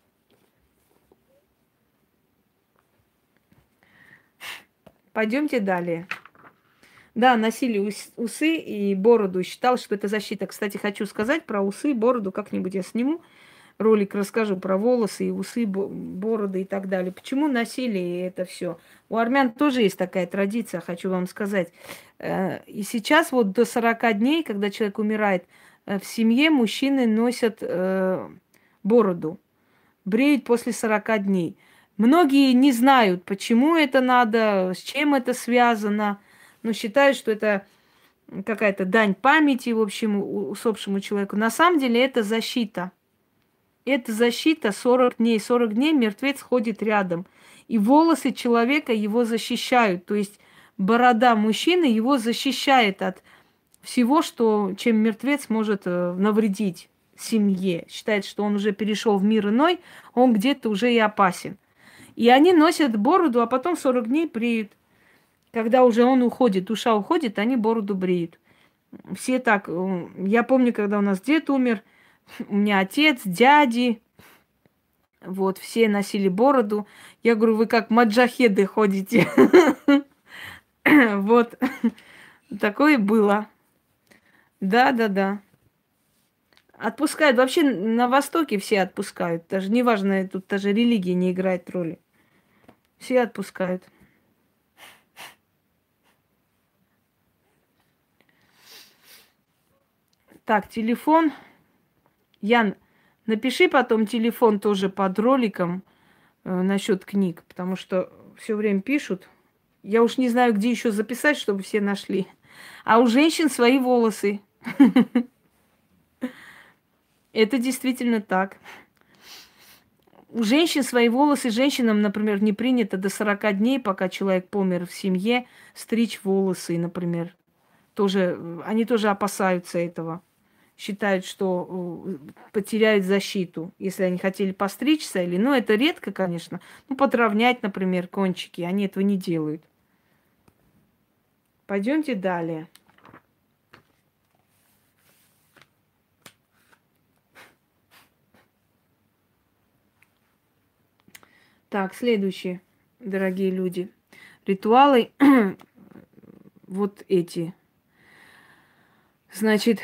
Пойдемте далее. Да, носили ус- усы и бороду. Считал, что это защита. Кстати, хочу сказать про усы и бороду. Как-нибудь я сниму ролик, расскажу про волосы и усы, бо- бороды и так далее. Почему носили это все? У армян тоже есть такая традиция, хочу вам сказать. Э, И сейчас вот до сорока дней, когда человек умирает, э, в семье мужчины носят э, бороду, бреют после сорока дней. Многие не знают, почему это надо, с чем это связано, но считают, что это какая-то дань памяти, в общем, у- усопшему человеку. На самом деле это защита. Это защита сорок дней. сорок дней мертвец ходит рядом. И волосы человека его защищают. То есть борода мужчины его защищает от всего, что, чем мертвец может э, навредить семье. Считает, что он уже перешел в мир иной, он где-то уже и опасен. И они носят бороду, а потом сорок дней бреют. Когда уже он уходит, душа уходит, они бороду бреют. Все так. э, Я помню, когда у нас дед умер, у меня отец, дяди, вот, все носили бороду. Я говорю, вы как маджахеды ходите. Вот, такое было. Да, да, да. Отпускают. Вообще на Востоке все отпускают. Даже неважно, тут даже религия не играет роли. Все отпускают. Так, телефон. Ян, напиши потом телефон тоже под роликом э, насчет книг, потому что все время пишут. Я уж не знаю, где еще записать, чтобы все нашли. А у женщин свои волосы. Это действительно так. У женщин свои волосы. Женщинам, например, не принято до сорока дней, пока человек помер в семье, стричь волосы, например. Тоже, э, они тоже опасаются этого. Считают, что э, потеряют защиту, если они хотели постричься или, ну, это редко, конечно, ну, подровнять, например, кончики, они этого не делают. Пойдемте далее. Так, следующие, дорогие люди. Ритуалы вот эти. Значит,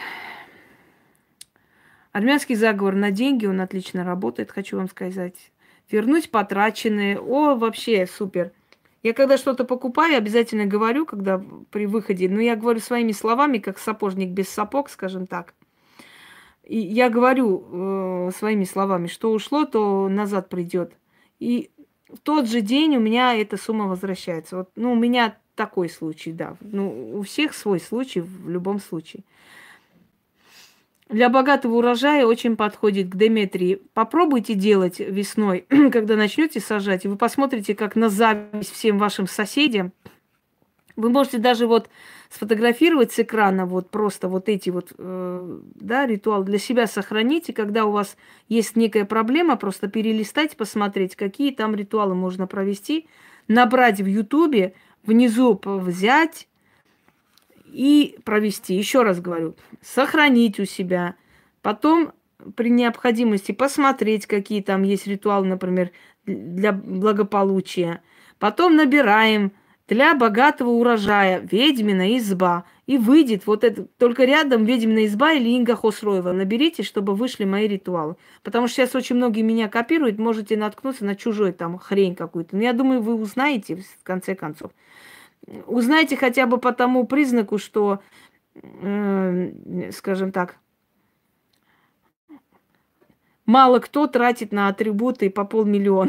армянский заговор на деньги, он отлично работает, хочу вам сказать. Вернуть потраченные. О, вообще супер. Я когда что-то покупаю, обязательно говорю, когда при выходе, но я говорю своими словами, как сапожник без сапог, скажем так. И я говорю э, своими словами, что ушло, то назад придет. И в тот же день у меня эта сумма возвращается. Вот, ну, у меня такой случай, да. Ну, у всех свой случай в любом случае. Для богатого урожая очень подходит к Деметрии. Попробуйте делать весной, когда начнете сажать, и вы посмотрите, как на зависть всем вашим соседям. Вы можете даже вот сфотографировать с экрана вот просто вот эти вот, э, да, ритуал для себя сохранить, и когда у вас есть некая проблема, просто перелистать, посмотреть, какие там ритуалы можно провести, набрать в Ютубе, внизу взять и провести. Еще раз говорю, сохранить у себя. Потом при необходимости посмотреть, какие там есть ритуалы, например, для благополучия. Потом набираем для богатого урожая ведьмина изба. И выйдет вот это, только рядом ведьмина изба или Инга Хосроева. Наберите, чтобы вышли мои ритуалы. Потому что сейчас очень многие меня копируют, можете наткнуться на чужой там хрень какую-то. Но я думаю, вы узнаете в конце концов. Узнайте хотя бы по тому признаку, что, э, скажем так, Мало кто тратит на атрибуты по полмиллиона.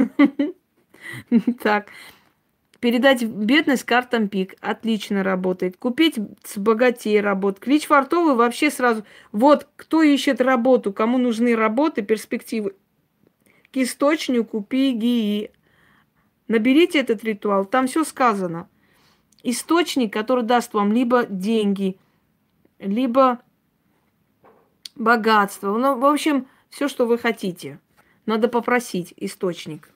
Так. Передать бедность картам ПИК. Отлично работает. Купить с богатей работ. Клич фартовый вообще сразу. Вот, кто ищет работу, кому нужны работы, перспективы. К источнику ПИГИ. Наберите этот ритуал. Там все сказано. Источник, который даст вам либо деньги, либо богатство. Ну, в общем, все, что вы хотите. Надо попросить источник.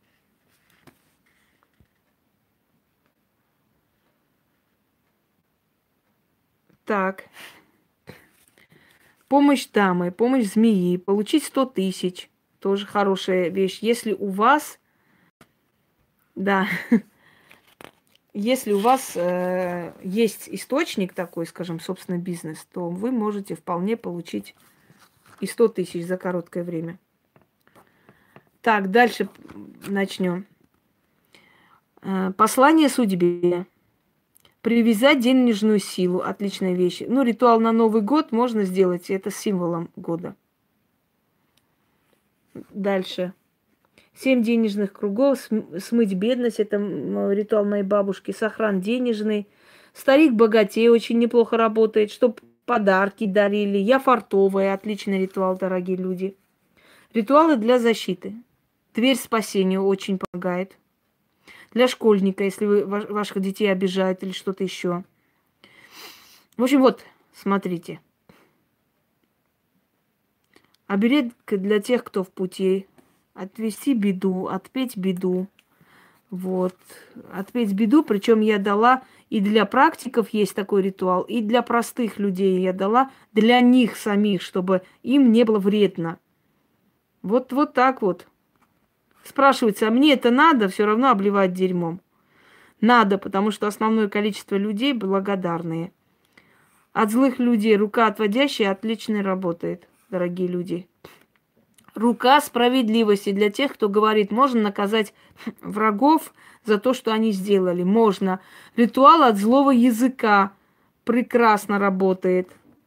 Так. Помощь дамы, помощь змеи. Получить сто тысяч. Тоже хорошая вещь. Если у вас... Да. Если у вас э, есть источник такой, скажем, собственный бизнес, то вы можете вполне получить и сто тысяч за короткое время. Так, дальше начнем. Э, послание судьбе. Привязать денежную силу. Отличная вещь. Ну, ритуал на Новый год можно сделать. Это символом года. Дальше. Семь денежных кругов. Смыть бедность. Это ритуал моей бабушки. Сохран денежный. Старик-богатей очень неплохо работает. Чтоб подарки дарили. Я фартовая. Отличный ритуал, дорогие люди. Ритуалы для защиты. Дверь спасения очень помогает. Для школьника, если вы ваших детей обижают или что-то еще. В общем, вот, смотрите. Оберег для тех, кто в пути. Отвести беду, отпеть беду. Вот. Отпеть беду, причем я дала и для практиков есть такой ритуал, и для простых людей я дала, для них самих, чтобы им не было вредно. Вот, вот так вот. Спрашивается, а мне это надо все равно обливать дерьмом? Надо, потому что основное количество людей благодарные. От злых людей рука отводящая отлично работает, дорогие люди. Рука справедливости для тех, кто говорит, можно наказать врагов за то, что они сделали. Можно. Ритуал от злого языка прекрасно работает.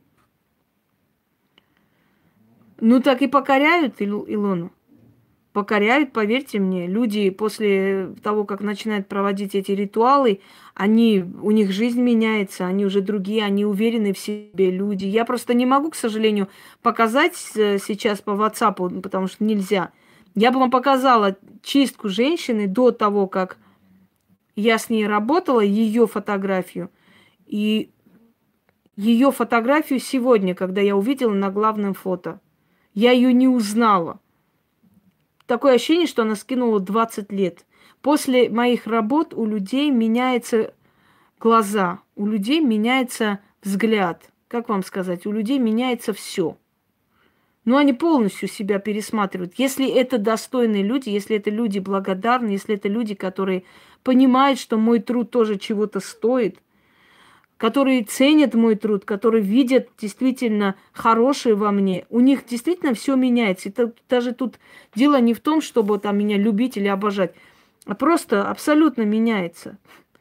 Ну так и покоряют Илону. Покоряют, поверьте мне. Люди после того, как начинают проводить эти ритуалы, они, у них жизнь меняется, они уже другие, они уверены в себе люди. Я просто не могу, к сожалению, показать сейчас по WhatsApp, потому что нельзя. Я бы вам показала чистку женщины до того, как я с ней работала, ее фотографию. И ее фотографию сегодня, когда я увидела на главном фото. Я ее не узнала. Такое ощущение, что она скинула двадцать лет. После моих работ у людей меняются глаза, у людей меняется взгляд. Как вам сказать? У людей меняется все. Но они полностью себя пересматривают. Если это достойные люди, если это люди благодарные, если это люди, которые понимают, что мой труд тоже чего-то стоит, которые ценят мой труд, которые видят действительно хорошее во мне, у них действительно все меняется. Это, даже тут дело не в том, чтобы там меня любить или обожать, а просто абсолютно меняется.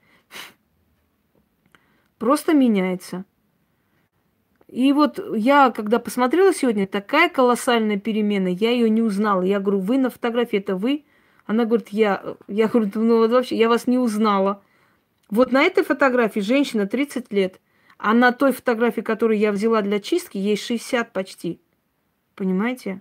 Просто меняется. И вот я, когда посмотрела сегодня, такая колоссальная перемена, я ее не узнала. Я говорю, вы на фотографии, это вы? Она говорит, я. Я говорю, ну вот вообще, я вас не узнала. Вот на этой фотографии женщина тридцать лет, а на той фотографии, которую я взяла для чистки, ей шестьдесят почти. Понимаете?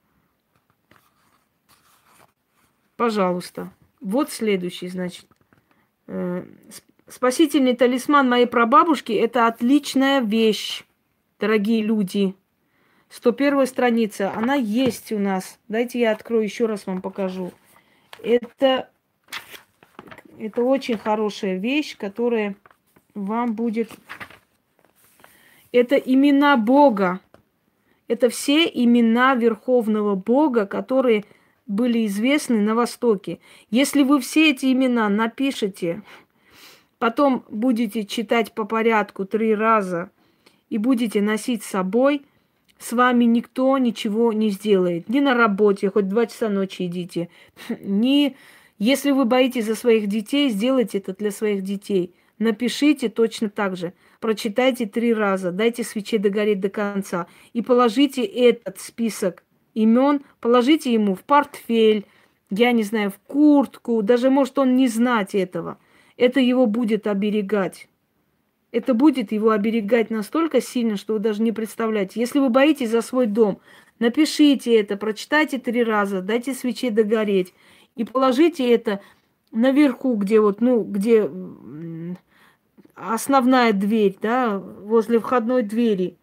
Пожалуйста. Вот следующий, значит. Спасительный талисман моей прабабушки – это отличная вещь, дорогие люди. сто первая страница. Она есть у нас. Дайте я открою, еще раз вам покажу. Это... Это очень хорошая вещь, которая вам будет... Это имена Бога. Это все имена Верховного Бога, которые были известны на Востоке. Если вы все эти имена напишете, потом будете читать по порядку три раза и будете носить с собой, с вами никто ничего не сделает. Ни на работе, хоть два часа ночи идите, ни... Если вы боитесь за своих детей, сделайте это для своих детей. Напишите точно так же. Прочитайте три раза, дайте свече догореть до конца. И положите этот список имен, положите ему в портфель, я не знаю, в куртку, даже может он не знать этого. Это его будет оберегать. Это будет его оберегать настолько сильно, что вы даже не представляете. Если вы боитесь за свой дом, напишите это, прочитайте три раза, дайте свече догореть и положите это наверху, где вот, ну, где основная дверь, да, возле входной двери.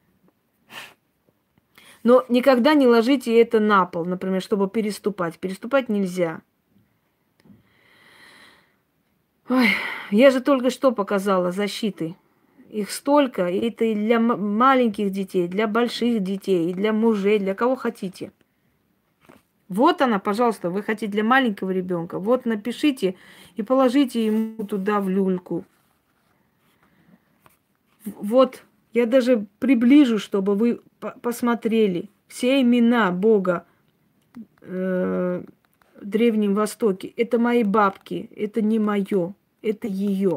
Но никогда не ложите это на пол, например, чтобы переступать. Переступать нельзя. Ой, я же только что показала защиты. Их столько, и это и для маленьких детей, для больших детей, и для мужей, для кого хотите. Вот она, пожалуйста, вы хотите для маленького ребенка. Вот напишите и положите ему туда в люльку. Вот, я даже приближу, чтобы вы посмотрели все имена Бога э, в Древнем Востоке. Это мои бабки, это не мое, это ее.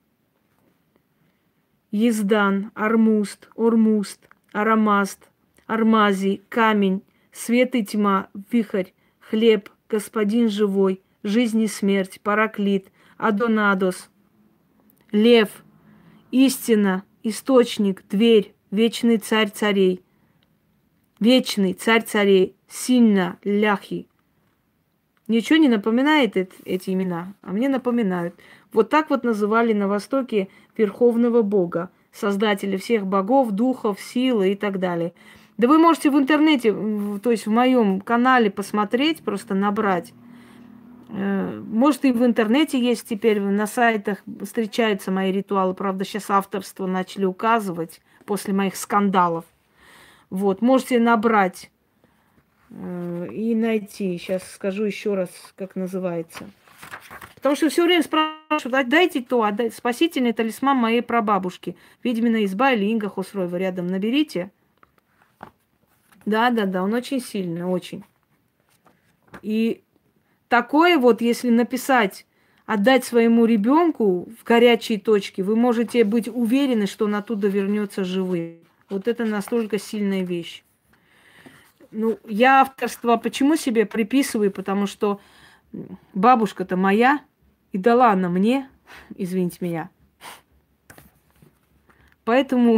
Ездан, Армуст, Ормуст, Арамаст, Армазий, камень, свет и тьма, вихрь, хлеб, господин живой, жизнь и смерть, параклит, Адонадос, лев, истина, источник, дверь, вечный царь царей, вечный царь царей, сильно, ляхи. Ничего не напоминает это, эти имена, а мне напоминают. Вот так вот называли на Востоке Верховного Бога, создателя всех богов, духов, силы и так далее. Да вы можете в интернете, то есть в моем канале посмотреть, просто набрать. Может, и в интернете есть теперь, на сайтах встречаются мои ритуалы. Правда, сейчас авторство начали указывать после моих скандалов. Вот, можете набрать и найти. Сейчас скажу еще раз, как называется. Потому что все время спрашивают, отдайте то, отдайте. Спасительный талисман моей прабабушки. Ведьмина изба или Инга Хосроева рядом наберите. Да-да-да, он очень сильный, очень. И такое вот, если написать, отдать своему ребенку в горячие точки, вы можете быть уверены, что он оттуда вернется живым. Вот это настолько сильная вещь. Ну, я авторство почему себе приписываю? Потому что бабушка-то моя, и дала она мне, извините меня. Поэтому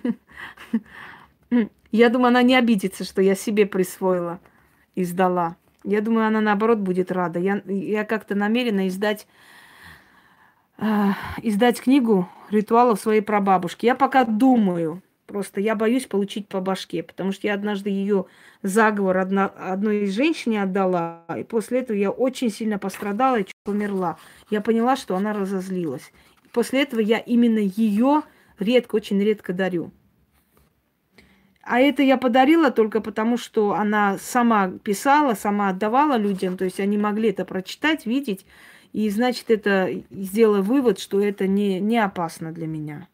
я думаю, она не обидится, что я себе присвоила и сдала. Я думаю, она наоборот будет рада. Я, я как-то намерена издать, э, издать книгу ритуалов своей прабабушки. Я пока думаю. Просто я боюсь получить по башке, потому что я однажды ее заговор одна, одной из женщине отдала, и после этого я очень сильно пострадала и чуть померла. Я поняла, что она разозлилась. И после этого я именно ее редко, очень редко дарю. А это я подарила только потому, что она сама писала, сама отдавала людям, то есть они могли это прочитать, видеть, и значит, это сделала вывод, что это не, не опасно для меня.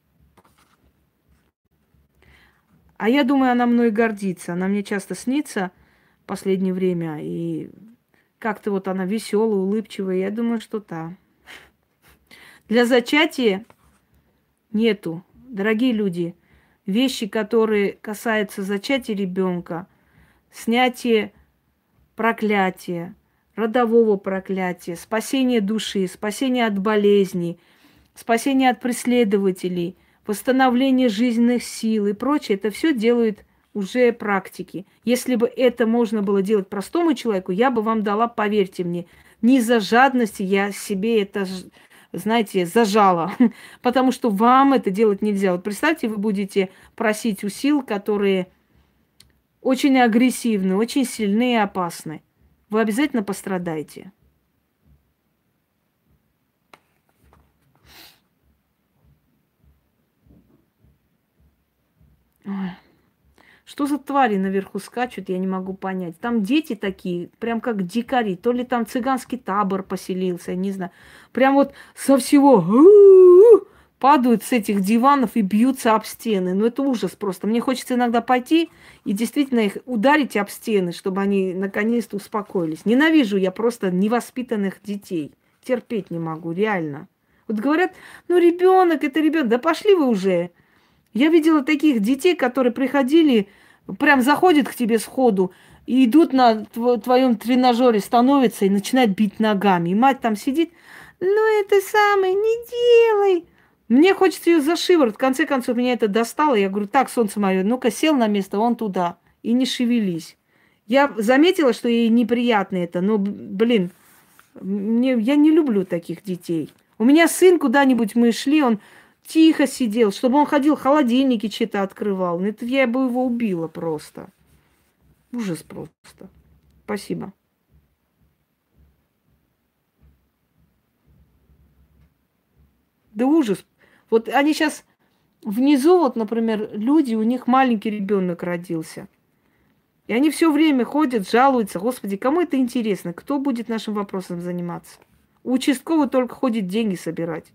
А я думаю, она мной гордится. Она мне часто снится в последнее время. И как-то вот она веселая, улыбчивая. Я думаю, что да. Для зачатия нету. Дорогие люди, вещи, которые касаются зачатия ребенка, снятия проклятия, родового проклятия, спасения души, спасения от болезней, спасения от преследователей, восстановление жизненных сил и прочее, это все делают уже практики. Если бы это можно было делать простому человеку, я бы вам дала, поверьте мне, не из-за жадности я себе это, знаете, зажала, потому что вам это делать нельзя. Вот представьте, вы будете просить у сил, которые очень агрессивны, очень сильны и опасны. Вы обязательно пострадаете. Ой. Что за твари наверху скачут, я не могу понять. Там дети такие, прям как дикари. То ли там цыганский табор поселился, я не знаю. Прям вот со всего падают с этих диванов и бьются об стены. Ну это ужас просто. Мне хочется иногда пойти и действительно их ударить об стены, чтобы они наконец-то успокоились. Ненавижу я просто невоспитанных детей. Терпеть не могу, реально. Вот говорят, ну ребенок, это ребенок. Да пошли вы уже. Я видела таких детей, которые приходили, прям заходят к тебе сходу, и идут на тво- твоем тренажере, становятся и начинают бить ногами. И мать там сидит, ну это самое, не делай. Мне хочется ее за шиворот. В конце концов, меня это достало. Я говорю, так, солнце мое, ну-ка сел на место, вон туда. И не шевелись. Я заметила, что ей неприятно это, но, блин, мне, я не люблю таких детей. У меня сын куда-нибудь мы шли, он тихо сидел, чтобы он ходил, холодильники что-то открывал. Ну, это я бы его убила просто. Ужас просто. Спасибо. Да ужас. Вот они сейчас внизу, вот, например, люди, у них маленький ребенок родился. И они все время ходят, жалуются. Господи, кому это интересно? Кто будет нашим вопросом заниматься? У участкового только ходит деньги собирать.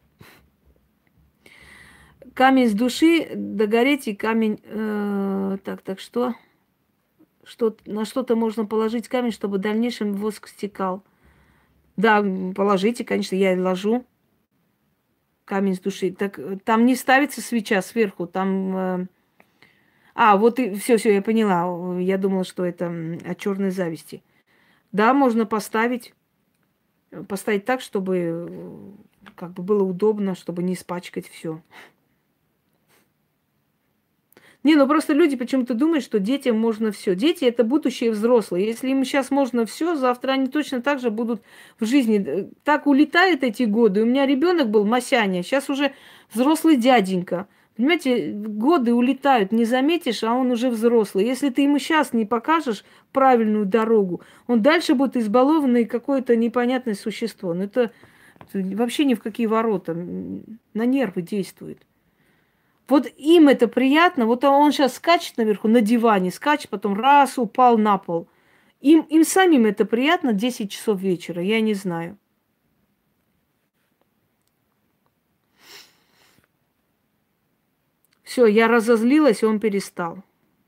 Камень с души, догореть и камень... э, так, так, что? Что, на что-то можно положить камень, чтобы в дальнейшем воск стекал. Да, м, положите, конечно, я и ложу камень с души. Так э, там не ставится свеча сверху, там... э, А, вот и все, все, я поняла. Я думала, что это м, от черной зависти. Да, можно поставить, э, поставить так, чтобы э, как бы было удобно, чтобы не испачкать все. Не, ну просто люди почему-то думают, что детям можно все. Дети это будущие взрослые. Если им сейчас можно все, завтра они точно так же будут в жизни. э, Так улетают эти годы. У меня ребенок был Масяня, сейчас уже взрослый дяденька. Понимаете, годы улетают, не заметишь, а он уже взрослый. Если ты ему сейчас не покажешь правильную дорогу, он дальше будет избалованный какое-то непонятное существо. Ну это, это вообще ни в какие ворота. м, На нервы действует. Вот им это приятно. Вот он сейчас скачет наверху на диване, скачет, потом раз, упал на пол. Им, им самим это приятно десять часов вечера, я не знаю. Все, я разозлилась, и он перестал.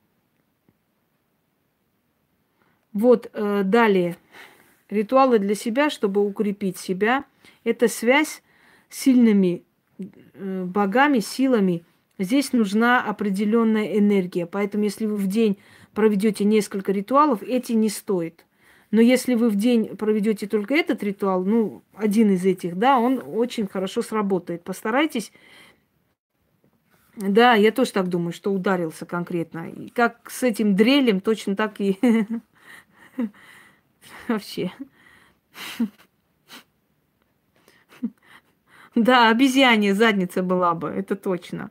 Вот, э, далее. Ритуалы для себя, чтобы укрепить себя. Это связь с сильными э, богами, силами. Здесь нужна определенная энергия. Поэтому, если вы в день проведете несколько ритуалов, эти не стоит. Но если вы в день проведете только этот ритуал, ну, один из этих, да, он очень хорошо сработает. Постарайтесь. Да, я тоже так думаю, что ударился конкретно. И как с этим дрелем, точно так и вообще. Да, обезьянья задница была бы, это точно.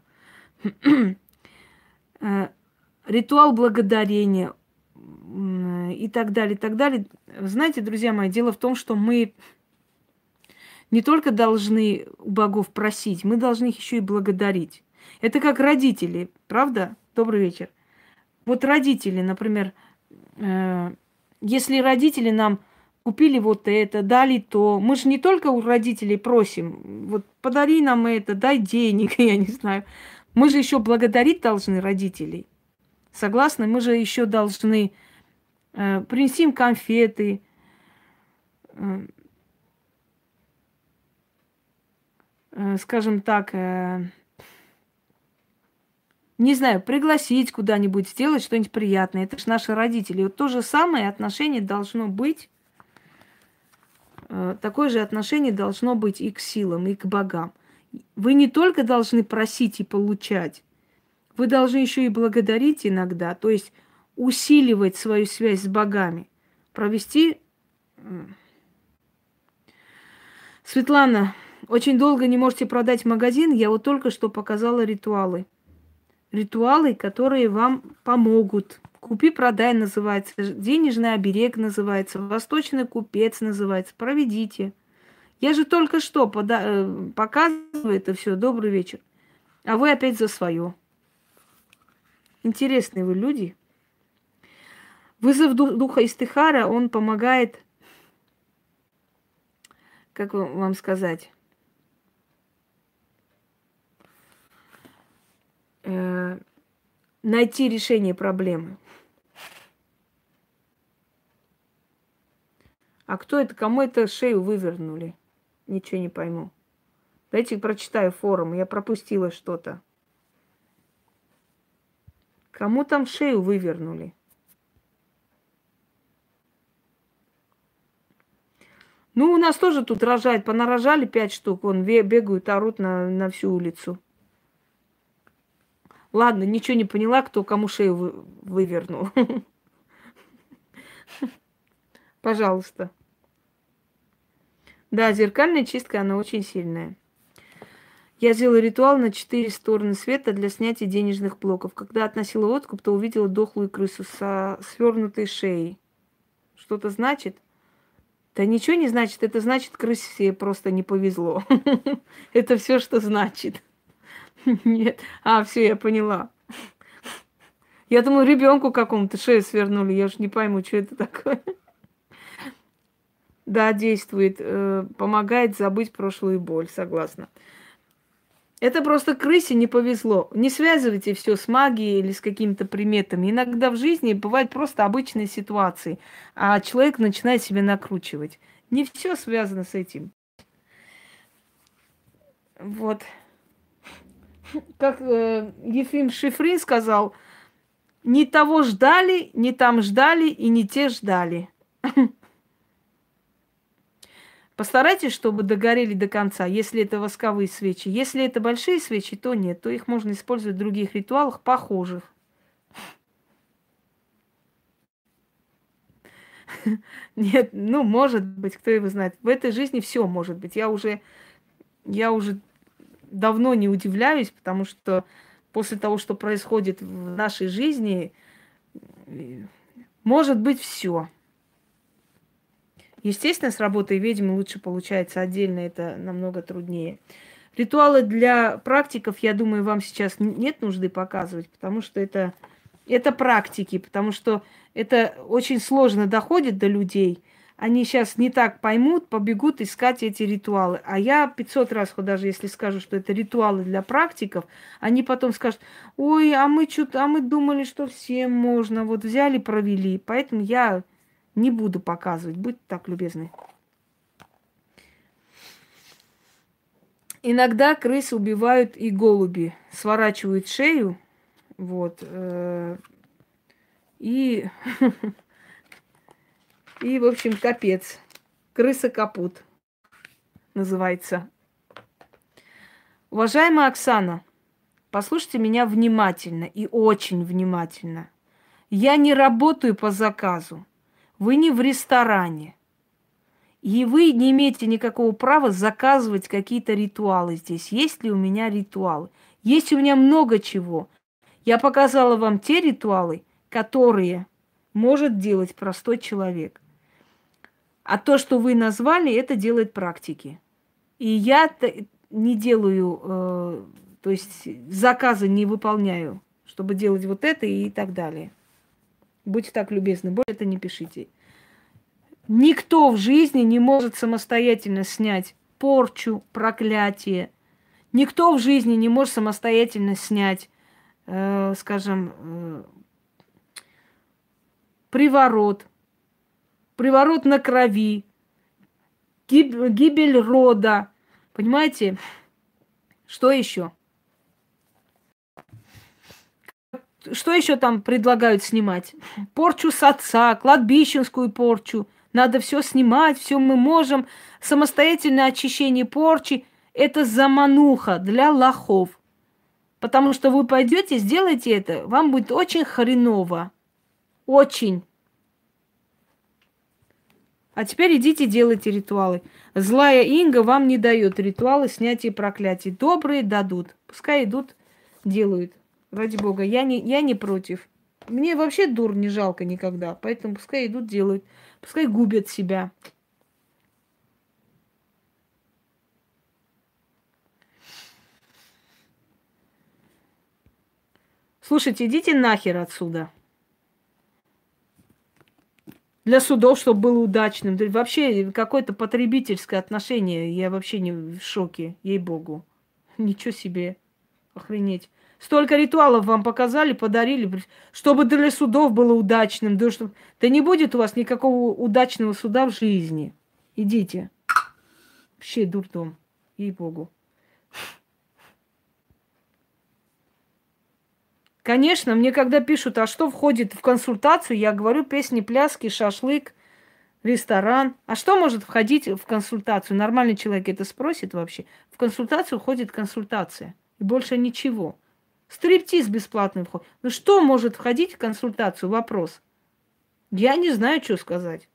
Э, Ритуал благодарения м, и так далее, и так далее. Знаете, друзья мои, дело в том, что мы не только должны у богов просить, мы должны их еще и благодарить. Это как родители, правда? Добрый вечер. Вот родители, например, э, если родители нам купили вот это, дали то, мы же не только у родителей просим, вот подари нам это, дай денег, я не знаю. Мы же еще благодарить должны родителей. Согласны? Мы же еще должны э, принести им конфеты, э, э, скажем так, э, не знаю, пригласить куда-нибудь, сделать что-нибудь приятное. Это же наши родители. Вот то же самое отношение должно быть, э, такое же отношение должно быть и к силам, и к богам. Вы не только должны просить и получать, вы должны еще и благодарить иногда, то есть усиливать свою связь с богами, провести... Светлана, очень долго не можете продать магазин, я вот только что показала ритуалы. Ритуалы, которые вам помогут. Купи-продай называется, денежный оберег называется, восточный купец называется. Проведите. Я же только что пода- э, показываю это все. Добрый вечер. А вы опять за свое. Интересные вы люди. Вызов ду- духа Истихара, он помогает, как вам вам сказать, э, найти решение проблемы. А кто это, кому это шею вывернули? Ничего не пойму. Дайте прочитаю форум, я пропустила что-то. Кому там шею вывернули? Ну, у нас тоже тут рожают, понарожали пять штук, вон бегают, орут на, на всю улицу. Ладно, ничего не поняла, кто кому шею вы, вывернул. Пожалуйста. Да, зеркальная чистка, она очень сильная. Я сделала ритуал на четыре стороны света для снятия денежных блоков. Когда относила откуп, то увидела дохлую крысу со свернутой шеей. Что-то значит? Да ничего не значит. Это значит, крысе просто не повезло. Это все, что значит. Нет. А, все, я поняла. Я думаю, ребенку какому-то шею свернули. Я уж не пойму, что это такое. Да, действует. Помогает забыть прошлую боль. Согласна. Это просто крысе не повезло. Не связывайте все с магией или с какими-то приметами. Иногда в жизни бывают просто обычные ситуации, а человек начинает себя накручивать. Не все связано с этим. Вот. Как э, Ефим Шифрин сказал, не того ждали, не там ждали и не те ждали. Постарайтесь, чтобы догорели до конца, если это восковые свечи. Если это большие свечи, то нет, то их можно использовать в других ритуалах, похожих. Нет, ну, может быть, кто его знает. В этой жизни все может быть. Я уже, я уже давно не удивляюсь, потому что после того, что происходит в нашей жизни, может быть все. Естественно, с работой ведьмы лучше получается отдельно, это намного труднее. Ритуалы для практиков, я думаю, вам сейчас нет нужды показывать, потому что это, это практики, потому что это очень сложно доходит до людей. Они сейчас не так поймут, побегут искать эти ритуалы. А я пятьсот раз, вот даже если скажу, что это ритуалы для практиков, они потом скажут, ой, а мы что-то, а мы думали, что всем можно, вот взяли, провели. Поэтому я не буду показывать, будьте так любезны. Иногда крысы убивают и голуби, сворачивают шею, вот, э, и, и, в общем, капец. Крыса капут называется. Уважаемая Оксана, послушайте меня внимательно и очень внимательно. Я не работаю по заказу. Вы не в ресторане. И вы не имеете никакого права заказывать какие-то ритуалы здесь. Есть ли у меня ритуалы? Есть у меня много чего. Я показала вам те ритуалы, которые может делать простой человек. А то, что вы назвали, это делает практики. И я не делаю, э, то есть заказы не выполняю, чтобы делать вот это и так далее. Будьте так любезны, больше это не пишите. Никто в жизни не может самостоятельно снять порчу, проклятие. Никто в жизни не может самостоятельно снять, э, скажем, э, приворот, приворот на крови, гиб, гибель рода. Понимаете? Что еще? Что еще там предлагают снимать? Порчу с отца, кладбищенскую порчу. Надо все снимать, все мы можем. Самостоятельное очищение порчи – это замануха для лохов. Потому что вы пойдете, сделаете это, вам будет очень хреново. Очень. А теперь идите делайте ритуалы. Злая Инга вам не дает ритуалы снятия проклятий. Добрые дадут. Пускай идут, делают. Ради бога, я не, я не против. Мне вообще дур не жалко никогда. Поэтому пускай идут, делают. Пускай губят себя. Слушайте, идите нахер отсюда. Для судов, чтобы было удачным. Да вообще какое-то потребительское отношение. Я вообще не в шоке, ей-богу. Ничего себе. Охренеть. Столько ритуалов вам показали, подарили, чтобы для судов было удачным. Да, что... да не будет у вас никакого удачного суда в жизни. Идите. Вообще дурдом. Ей-богу. Конечно, мне когда пишут, а что входит в консультацию, я говорю песни, пляски, шашлык, ресторан. А что может входить в консультацию? Нормальный человек это спросит вообще. В консультацию входит консультация. И больше ничего. Стриптиз бесплатный вход. Ну что может входить в консультацию? Вопрос. Я не знаю, что сказать.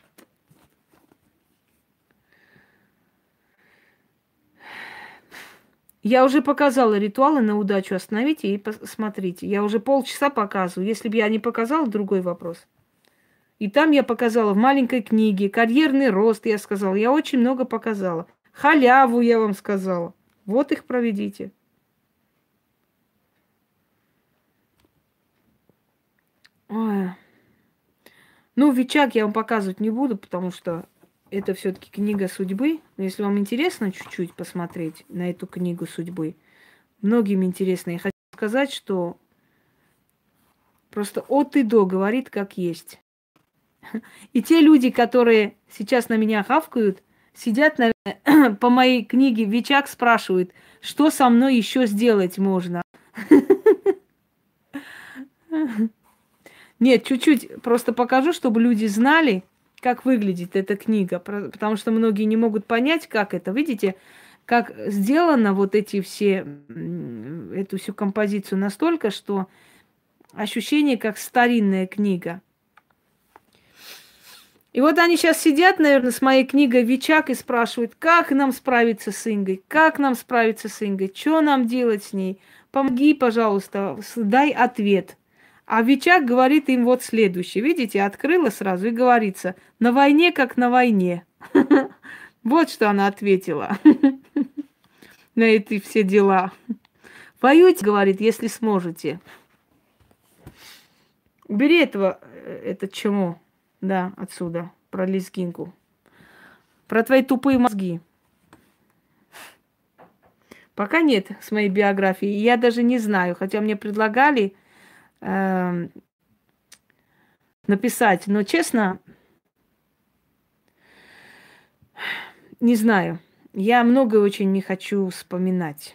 Я уже показала ритуалы на удачу. Остановите и посмотрите. Я уже полчаса показываю. Если бы я не показала, другой вопрос. И там я показала в маленькой книге карьерный рост, я сказала. Я очень много показала. Халяву я вам сказала. Вот их проведите. Ой. Ну, Вичак я вам показывать не буду, потому что это все-таки книга судьбы. Но если вам интересно чуть-чуть посмотреть на эту книгу судьбы, многим интересно. Я хочу сказать, что просто от и до говорит как есть. И те люди, которые сейчас на меня хавкают, сидят на, по моей книге Вичак, спрашивают, что со мной еще сделать можно. Нет, чуть-чуть просто покажу, чтобы люди знали, как выглядит эта книга. Потому что многие не могут понять, как это. Видите, как сделано вот эти все, эту всю композицию настолько, что ощущение, как старинная книга. И вот они сейчас сидят, наверное, с моей книгой Вичак и спрашивают, как нам справиться с Ингой, как нам справиться с Ингой, что нам делать с ней, помоги, пожалуйста, дай ответ. А Вичак говорит им вот следующее. Видите, открыла сразу и говорится, на войне как на войне. Вот что она ответила на эти все дела. Воюйте, говорит, если сможете. Убери этого, это чему? Да, отсюда, про лезгинку. Про твои тупые мозги. Пока нет с моей биографией. Я даже не знаю, хотя мне предлагали э, написать. Но, честно, не знаю. Я многое очень не хочу вспоминать.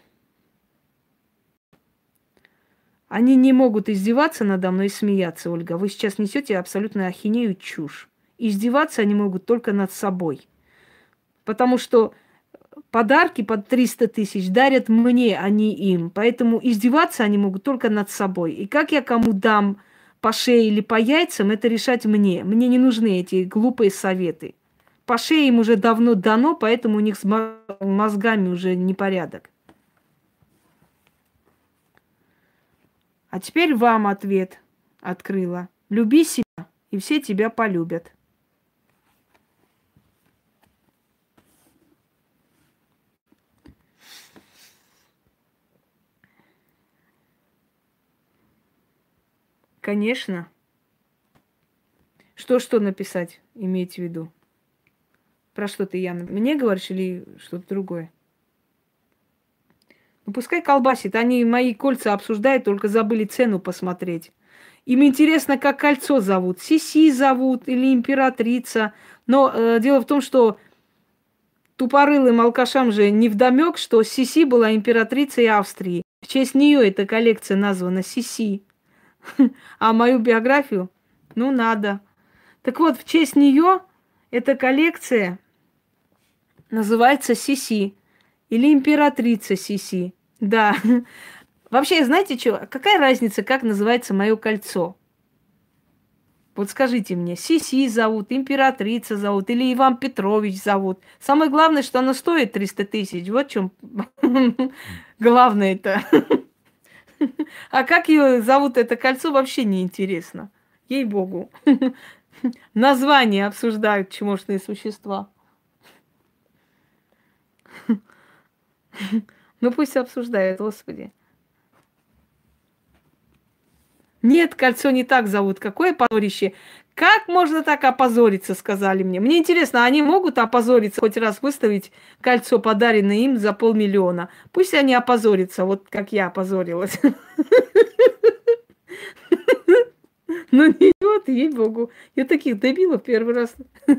Они не могут издеваться надо мной и смеяться, Ольга. Вы сейчас несете абсолютно ахинею, чушь. Издеваться они могут только над собой. Потому что подарки под триста тысяч дарят мне, а не им. Поэтому издеваться они могут только над собой. И как я кому дам по шее или по яйцам, это решать мне. Мне не нужны эти глупые советы. По шее им уже давно дано, поэтому у них с мозгами уже непорядок. А теперь вам ответ открыла. Люби себя, и все тебя полюбят. Конечно. Что-что написать, имеете в виду? Про что ты, Яна? Мне говоришь или что-то другое? Ну, пускай колбасит. Они мои кольца обсуждают, только забыли цену посмотреть. Им интересно, как кольцо зовут. Сиси зовут или императрица. Но э, дело в том, что тупорылым алкашам же невдомёк, что Сиси была императрицей Австрии. В честь нее эта коллекция названа Сиси. А мою биографию? Ну, надо. Так вот, в честь нее эта коллекция называется Сиси. Или императрица Сиси. Да. Вообще, знаете что? Какая разница, как называется мое кольцо? Вот скажите мне, Сиси зовут, императрица зовут, или Иван Петрович зовут. Самое главное, что оно стоит триста тысяч. Вот в чем главное-то. А как ее зовут, это кольцо, вообще не интересно. Ей-богу. Название обсуждают чмошные существа. Ну пусть обсуждают, Господи. Нет, кольцо не так зовут. Какое позорище. Как можно так опозориться, сказали мне. Мне интересно, они могут опозориться, хоть раз выставить кольцо, подаренное им за полмиллиона? Пусть они опозорятся, вот как я опозорилась. Ну нет, ей-богу. Я таких дебилов первый раз.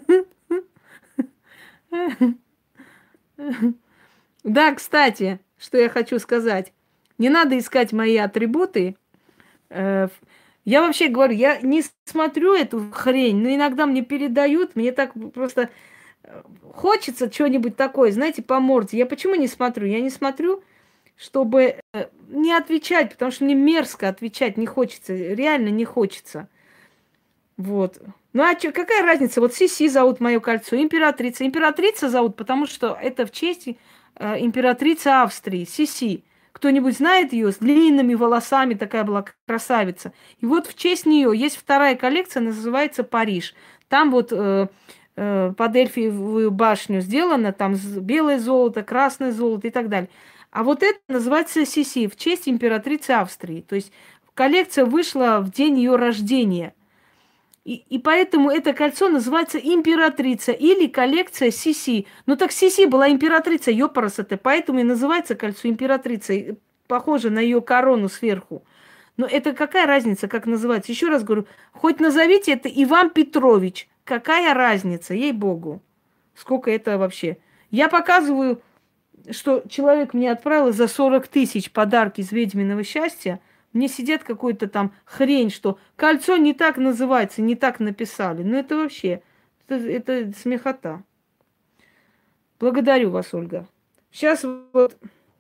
Да, кстати, что я хочу сказать. Не надо искать мои атрибуты э, Я вообще говорю, я не смотрю эту хрень, но иногда мне передают, мне так просто э, хочется что-нибудь такое, знаете, по морде. Я почему не смотрю? Я не смотрю, чтобы э, не отвечать, потому что мне мерзко отвечать не хочется, реально не хочется. Вот. Ну а чё, какая разница? Вот Сиси зовут мое кольцо, императрица. Императрица зовут, потому что это в честь э, императрицы Австрии, Сиси. Кто-нибудь знает ее с длинными волосами, такая была красавица. И вот в честь нее есть вторая коллекция, называется Париж. Там вот э, э, под Эльфиевую башню сделано, там белое золото, красное золото и так далее. А вот это называется Сиси в честь императрицы Австрии. То есть коллекция вышла в день ее рождения. И, и поэтому это кольцо называется императрица или коллекция Сиси. Ну так Сиси была императрица, ёпарасоте, поэтому и называется кольцо императрица. Похоже на ее корону сверху. Но это какая разница, как называется? Еще раз говорю, хоть назовите это Иван Петрович. Какая разница, ей-богу. Сколько это вообще? Я показываю, что человек мне отправил за сорок тысяч подарки из ведьминого счастья. Мне сидят какой-то там хрень, что кольцо не так называется, не так написали. Ну это вообще, это, это смехота. Благодарю вас, Ольга. Сейчас вот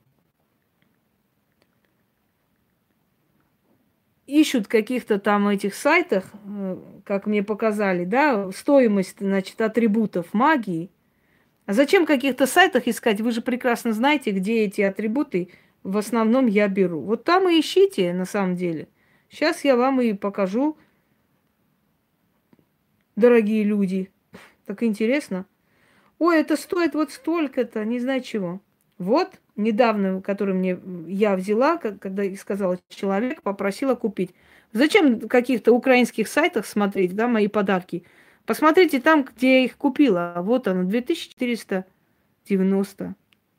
ищут каких-то там этих сайтах, э, как мне показали, да, стоимость, значит, атрибутов магии. А зачем в каких-то сайтах искать? Вы же прекрасно знаете, где эти атрибуты в основном я беру. Вот там и ищите, на самом деле. Сейчас я вам и покажу, дорогие люди. Так интересно. Ой, это стоит вот столько-то, не знаю чего. Вот, недавно, который мне я взяла, когда и сказала человек, попросила купить. Зачем в каких-то украинских сайтах смотреть, да, мои подарки? Посмотрите там, где я их купила. Вот она, две тысячи четыреста девяносто.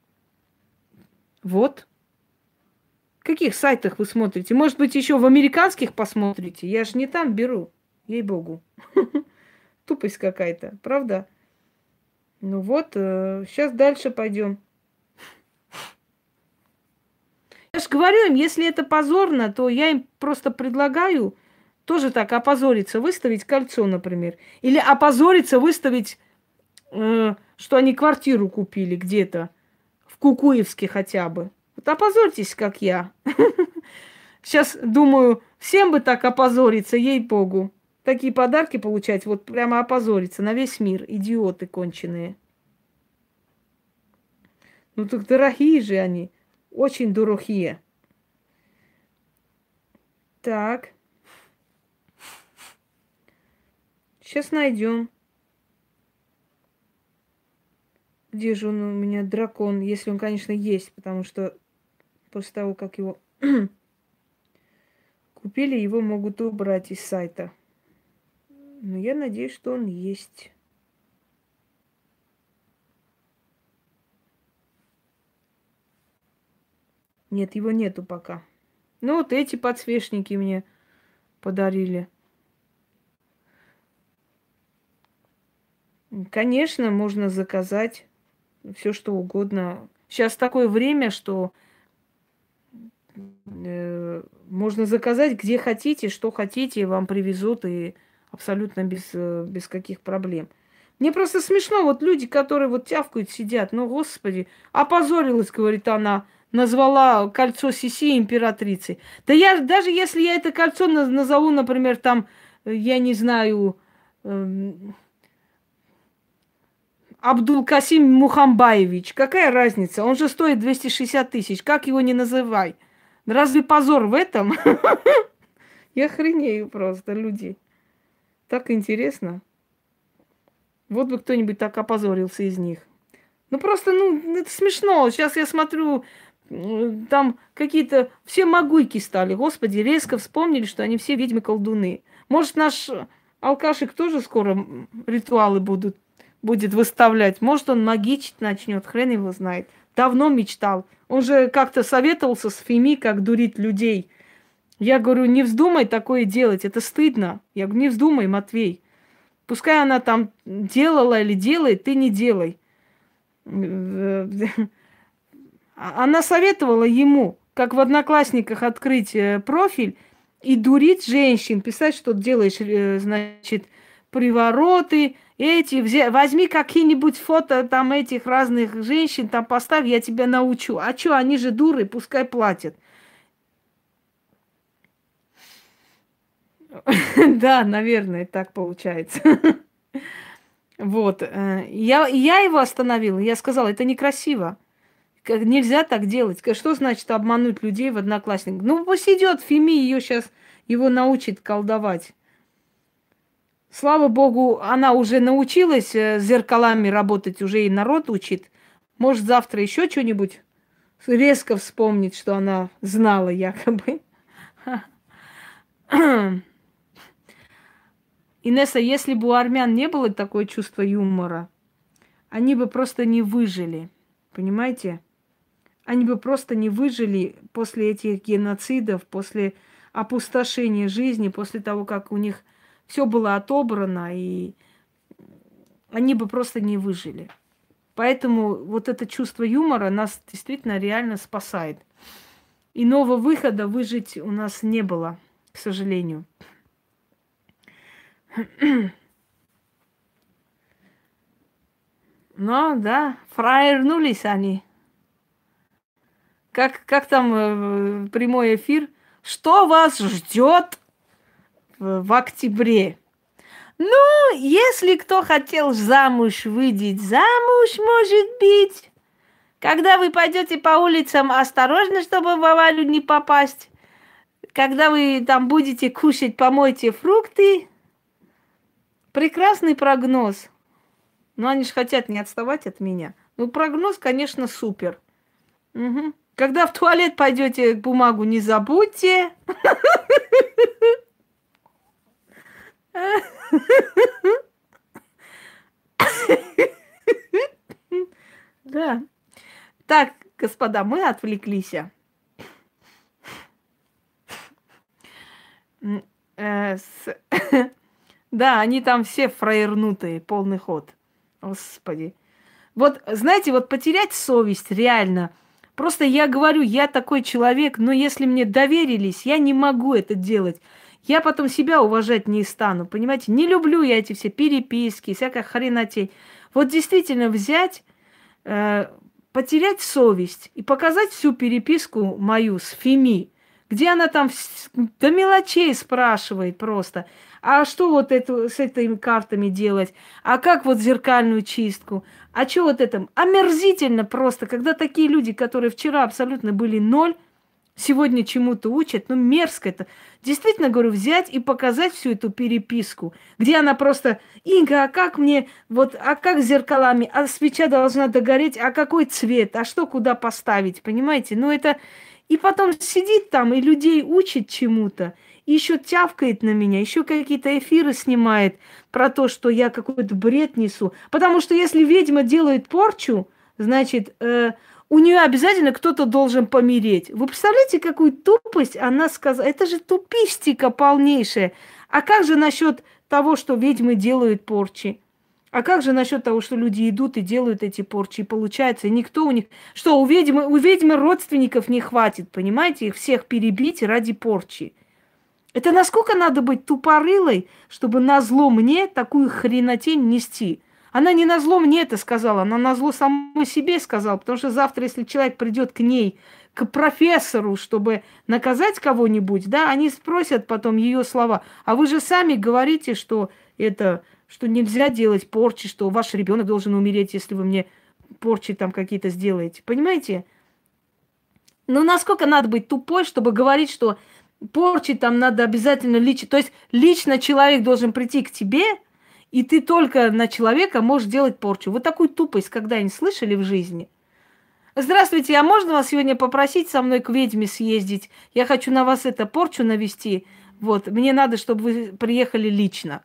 Вот. В каких сайтах вы смотрите? Может быть, еще в американских посмотрите? Я ж не там беру, ей-богу. Тупость какая-то, правда? Ну вот, сейчас дальше пойдем. Я же говорю им, если это позорно, то я им просто предлагаю тоже так опозориться, выставить кольцо, например. Или опозориться, выставить, э, что они квартиру купили где-то, в Кукуевске хотя бы. Вот опозорьтесь, как я. Сейчас думаю, всем бы так опозориться, ей-богу. Такие подарки получать, вот прямо опозориться на весь мир. Идиоты конченые. Ну так дорогие же они. Очень дорогие. Так. Сейчас найдем. Где же он у меня, дракон? Если он, конечно, есть, потому что после того, как его купили, его могут убрать из сайта. Но я надеюсь, что он есть. Нет, его нету пока. Ну вот эти подсвечники мне подарили. Конечно, можно заказать все, что угодно. Сейчас такое время, что э, можно заказать где хотите, что хотите, вам привезут и абсолютно без, э, без каких проблем. Мне просто смешно, вот люди, которые вот тявкают, сидят, ну, господи, опозорилась, говорит она, назвала кольцо Сиси императрицей. Да я, даже если я это кольцо назову, например, там, я не знаю, э, Абдул-Касим Мухамбаевич, какая разница? Он же стоит двести шестьдесят тысяч, как его не называй? Разве позор в этом? Я охренею просто, люди. Так интересно. Вот бы кто-нибудь так опозорился из них. Ну просто, ну, это смешно. Сейчас я смотрю, там какие-то все могуйки стали. Господи, резко вспомнили, что они все ведьмы-колдуны. Может, наш алкашик тоже скоро ритуалы будут, будет выставлять. Может, он магичить начнет, хрен его знает. Давно мечтал. Он же как-то советовался с Феми, как дурить людей. Я говорю, не вздумай такое делать, это стыдно. Я говорю, не вздумай, Матвей. Пускай она там делала или делает, ты не делай. Она советовала ему, как в Одноклассниках открыть профиль и дурить женщин, писать, что делаешь, э, значит, привороты, эти, взя... возьми какие-нибудь фото там этих разных женщин, там поставь, я тебя научу. А что, они же дуры, пускай платят. Да, наверное, так получается. Вот. э, Я, я его остановила. Я сказала, это некрасиво. Как- Нельзя так делать. Ка- Что значит обмануть людей в одноклассниках? Ну, пусть идет Фими, ее сейчас его научит колдовать. Слава богу, она уже научилась э, с зеркалами работать, уже и народ учит. Может, завтра еще что-нибудь резко вспомнит, что она знала якобы. Инесса, если бы у армян не было такое чувство юмора, они бы просто не выжили. Понимаете? Они бы просто не выжили после этих геноцидов, после опустошения жизни, после того, как у них все было отобрано, и они бы просто не выжили. Поэтому вот это чувство юмора нас действительно реально спасает. Иного выхода выжить у нас не было, к сожалению. Но да, фраернулись они. Как, как там э, прямой эфир? Что вас ждет в, в октябре? Ну, если кто хотел замуж выйти, замуж, может быть. Когда вы пойдете по улицам, осторожно, чтобы в аварию не попасть. Когда вы там будете кушать, помойте фрукты. Прекрасный прогноз. Но они же хотят не отставать от меня. Ну, прогноз, конечно, супер. Угу. Когда в туалет пойдете, бумагу не забудьте. Да. Так, господа, мы отвлеклись. М, э, с- Да, они там все фраернутые, полный ход. Господи. Вот, знаете, вот потерять совесть реально. Просто я говорю, я такой человек, но если мне доверились, я не могу это делать. Я потом себя уважать не стану, понимаете? Не люблю я эти все переписки, всякая хренотень. Вот действительно взять, э, потерять совесть и показать всю переписку мою с Фими, где она там вс- до мелочей спрашивает просто. А что вот это, с этими картами делать? А как вот зеркальную чистку? А что вот это? Омерзительно просто, когда такие люди, которые вчера абсолютно были ноль, сегодня чему-то учат, ну мерзко это. Действительно, говорю, взять и показать всю эту переписку, где она просто, Инга, а как мне, вот, а как с зеркалами, а свеча должна догореть, а какой цвет, а что куда поставить, понимаете? Ну это, и потом сидит там и людей учит чему-то, и еще тявкает на меня, еще какие-то эфиры снимает про то, что я какой-то бред несу. Потому что если ведьма делает порчу, значит, э, у нее обязательно кто-то должен помереть. Вы представляете, какую тупость она сказала? Это же тупистика полнейшая. А как же насчет того, что ведьмы делают порчи? А как же насчет того, что люди идут и делают эти порчи, и получается, и никто у них... Что, у ведьмы, у ведьмы родственников не хватит, понимаете? Их всех перебить ради порчи. Это насколько надо быть тупорылой, чтобы назло мне такую хренотень нести? Она не назло мне это сказала, она назло самой себе сказала, потому что завтра, если человек придет к ней, к профессору, чтобы наказать кого-нибудь, да, они спросят потом ее слова. А вы же сами говорите, что это, что нельзя делать порчи, что ваш ребенок должен умереть, если вы мне порчи там какие-то сделаете. Понимаете? Ну, насколько надо быть тупой, чтобы говорить, что порчи там надо обязательно лично. То есть лично человек должен прийти к тебе, и ты только на человека можешь делать порчу. Вы такую тупость когда-нибудь слышали в жизни? Здравствуйте, а можно вас сегодня попросить со мной к ведьме съездить? Я хочу на вас это порчу навести. Вот, мне надо, чтобы вы приехали лично.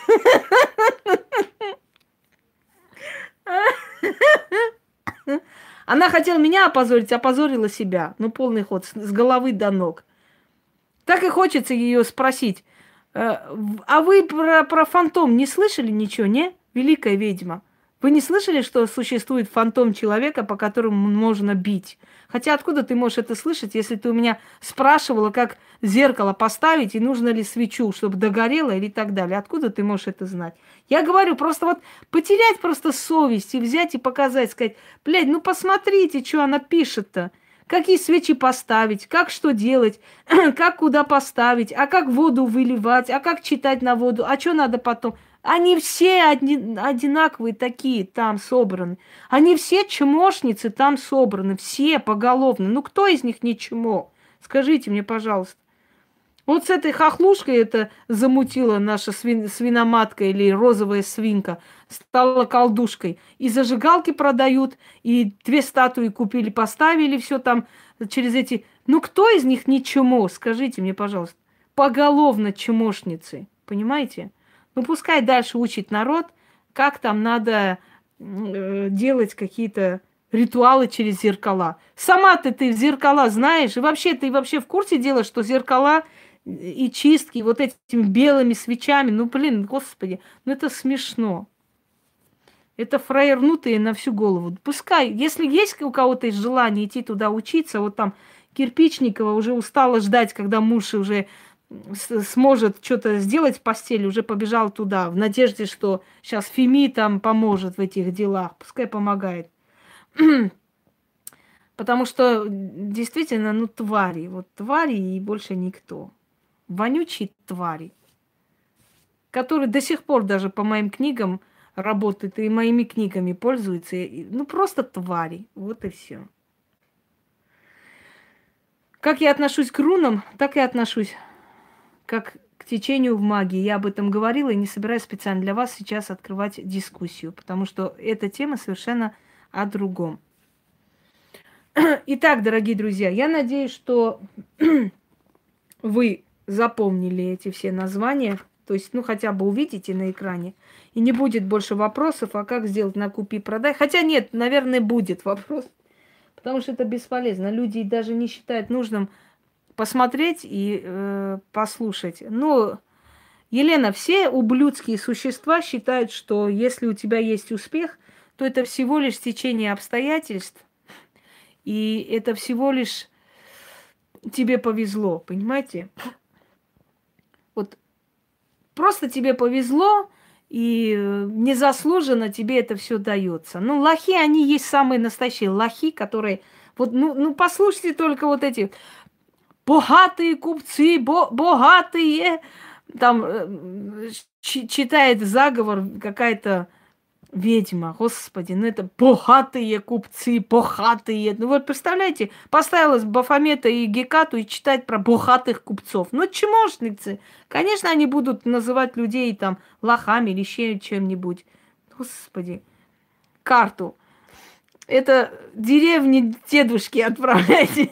Она хотела меня опозорить, опозорила себя. Ну, полный ход, с головы до ног. Так и хочется ее спросить. э, в- А вы про, про фантом не слышали ничего, не? Великая ведьма. Вы не слышали, что существует фантом человека, по которому можно бить? Хотя откуда ты можешь это слышать, если ты у меня спрашивала, как зеркало поставить и нужно ли свечу, чтобы догорело или так далее? Откуда ты можешь это знать? Я говорю, просто вот потерять просто совесть и взять и показать, сказать, блядь, ну посмотрите, что она пишет-то. Какие свечи поставить, как что делать, как куда поставить, а как воду выливать, а как читать на воду, а что надо потом. Они все одни, одинаковые такие там собраны. Они все чмошницы там собраны, все поголовно. Ну кто из них не чмо? Скажите мне, пожалуйста. Вот с этой хохлушкой это замутила наша свин, свиноматка или розовая свинка, стала колдушкой. И зажигалки продают, и две статуи купили, поставили все там через эти... Ну кто из них не чмо? Скажите мне, пожалуйста. Поголовно чмошницы, понимаете? Ну пускай дальше учит народ, как там надо э, делать какие-то ритуалы через зеркала. Сама-то ты в зеркала знаешь, и вообще ты вообще в курсе дела, что зеркала и чистки вот этими белыми свечами, ну блин, господи, ну это смешно. Это фраернутые на всю голову. Пускай, если есть у кого-то есть желание идти туда учиться, вот там Кирпичникова уже устала ждать, когда муж уже сможет что-то сделать в постели, уже побежал туда, в надежде, что сейчас Феми там поможет в этих делах. Пускай помогает. Потому что действительно, ну, твари. Вот твари и больше никто. Вонючие твари, которые до сих пор даже по моим книгам работают и моими книгами пользуются. Ну, просто твари. Вот и все. Как я отношусь к рунам, так и отношусь как к течению в магии. Я об этом говорила и не собираюсь специально для вас сейчас открывать дискуссию, потому что эта тема совершенно о другом. Итак, дорогие друзья, я надеюсь, что вы запомнили эти все названия, то есть, ну, хотя бы увидите на экране, и не будет больше вопросов, а как сделать на купи-продай. Хотя нет, наверное, будет вопрос, потому что это бесполезно. Люди даже не считают нужным посмотреть и э, послушать. Ну, Елена, все ублюдские существа считают, что если у тебя есть успех, то это всего лишь стечение обстоятельств, и это всего лишь тебе повезло, понимаете? Вот просто тебе повезло, и незаслуженно тебе это все дается. Ну, лохи, они есть самые настоящие лохи, которые... Вот, ну, ну, послушайте только вот эти... Богатые купцы, бо богатые. Там э, читает заговор какая-то ведьма. Господи, ну это богатые купцы, богатые. Ну вот представляете, поставилась Бафомета и Гекату и читать про богатых купцов. Ну чмошницы. Конечно, они будут называть людей там лохами или еще чем-нибудь. Господи. Карту. Это деревни дедушки отправляйте.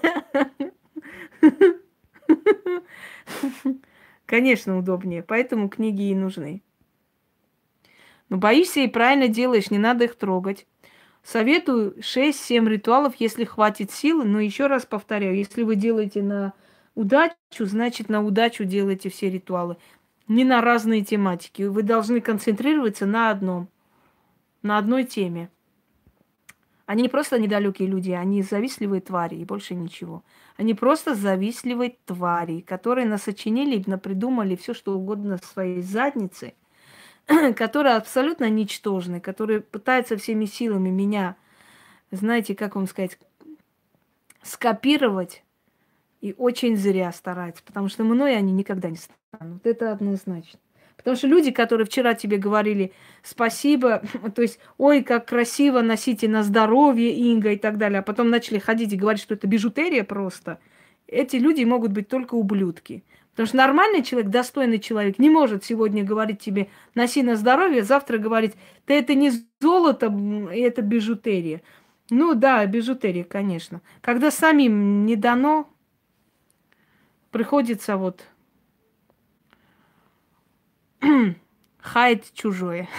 Конечно, удобнее. Поэтому книги и нужны. Но боишься и правильно делаешь, не надо их трогать. Советую шесть-семь ритуалов, если хватит силы. Но еще раз повторяю, если вы делаете на удачу, значит на удачу делайте все ритуалы. Не на разные тематики. Вы должны концентрироваться на одном. На одной теме. Они не просто недалекие люди, они завистливые твари и больше ничего. Они просто завистливые твари, которые насочинили, напридумали все, что угодно в своей заднице, которые абсолютно ничтожны, которые пытаются всеми силами меня, знаете, как вам сказать, скопировать, и очень зря стараются, потому что мной они никогда не станут. Это однозначно. Потому что люди, которые вчера тебе говорили спасибо, то есть, ой, как красиво, носите на здоровье, Инга и так далее, а потом начали ходить и говорить, что это бижутерия просто, эти люди могут быть только ублюдки. Потому что нормальный человек, достойный человек не может сегодня говорить тебе носи на здоровье, завтра говорить, да это не золото, это бижутерия. Ну да, бижутерия, конечно. Когда самим не дано, приходится вот... хаять чужое.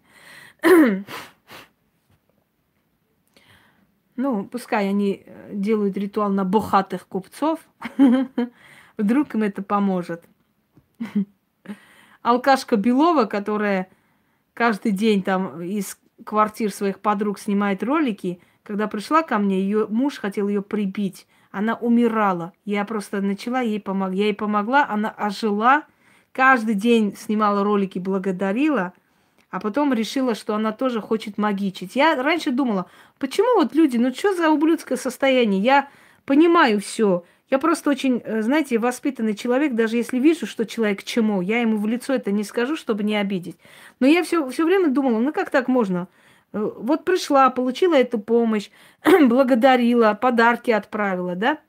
Ну, пускай они делают ритуал на богатых купцов. Вдруг им это поможет. Алкашка Белова, которая каждый день там из квартир своих подруг снимает ролики. Когда пришла ко мне, ее муж хотел ее прибить. Она умирала. Я просто начала ей помогать. Я ей помогла, она ожила. Каждый день снимала ролики, благодарила. А потом решила, что она тоже хочет магичить. Я раньше думала, почему вот люди, ну что за ублюдское состояние? Я понимаю все. Я просто очень, знаете, воспитанный человек, даже если вижу, что человек к чему, я ему в лицо это не скажу, чтобы не обидеть. Но я все, все время думала, ну как так можно? Вот пришла, получила эту помощь, благодарила, подарки отправила, да?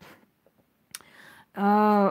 А,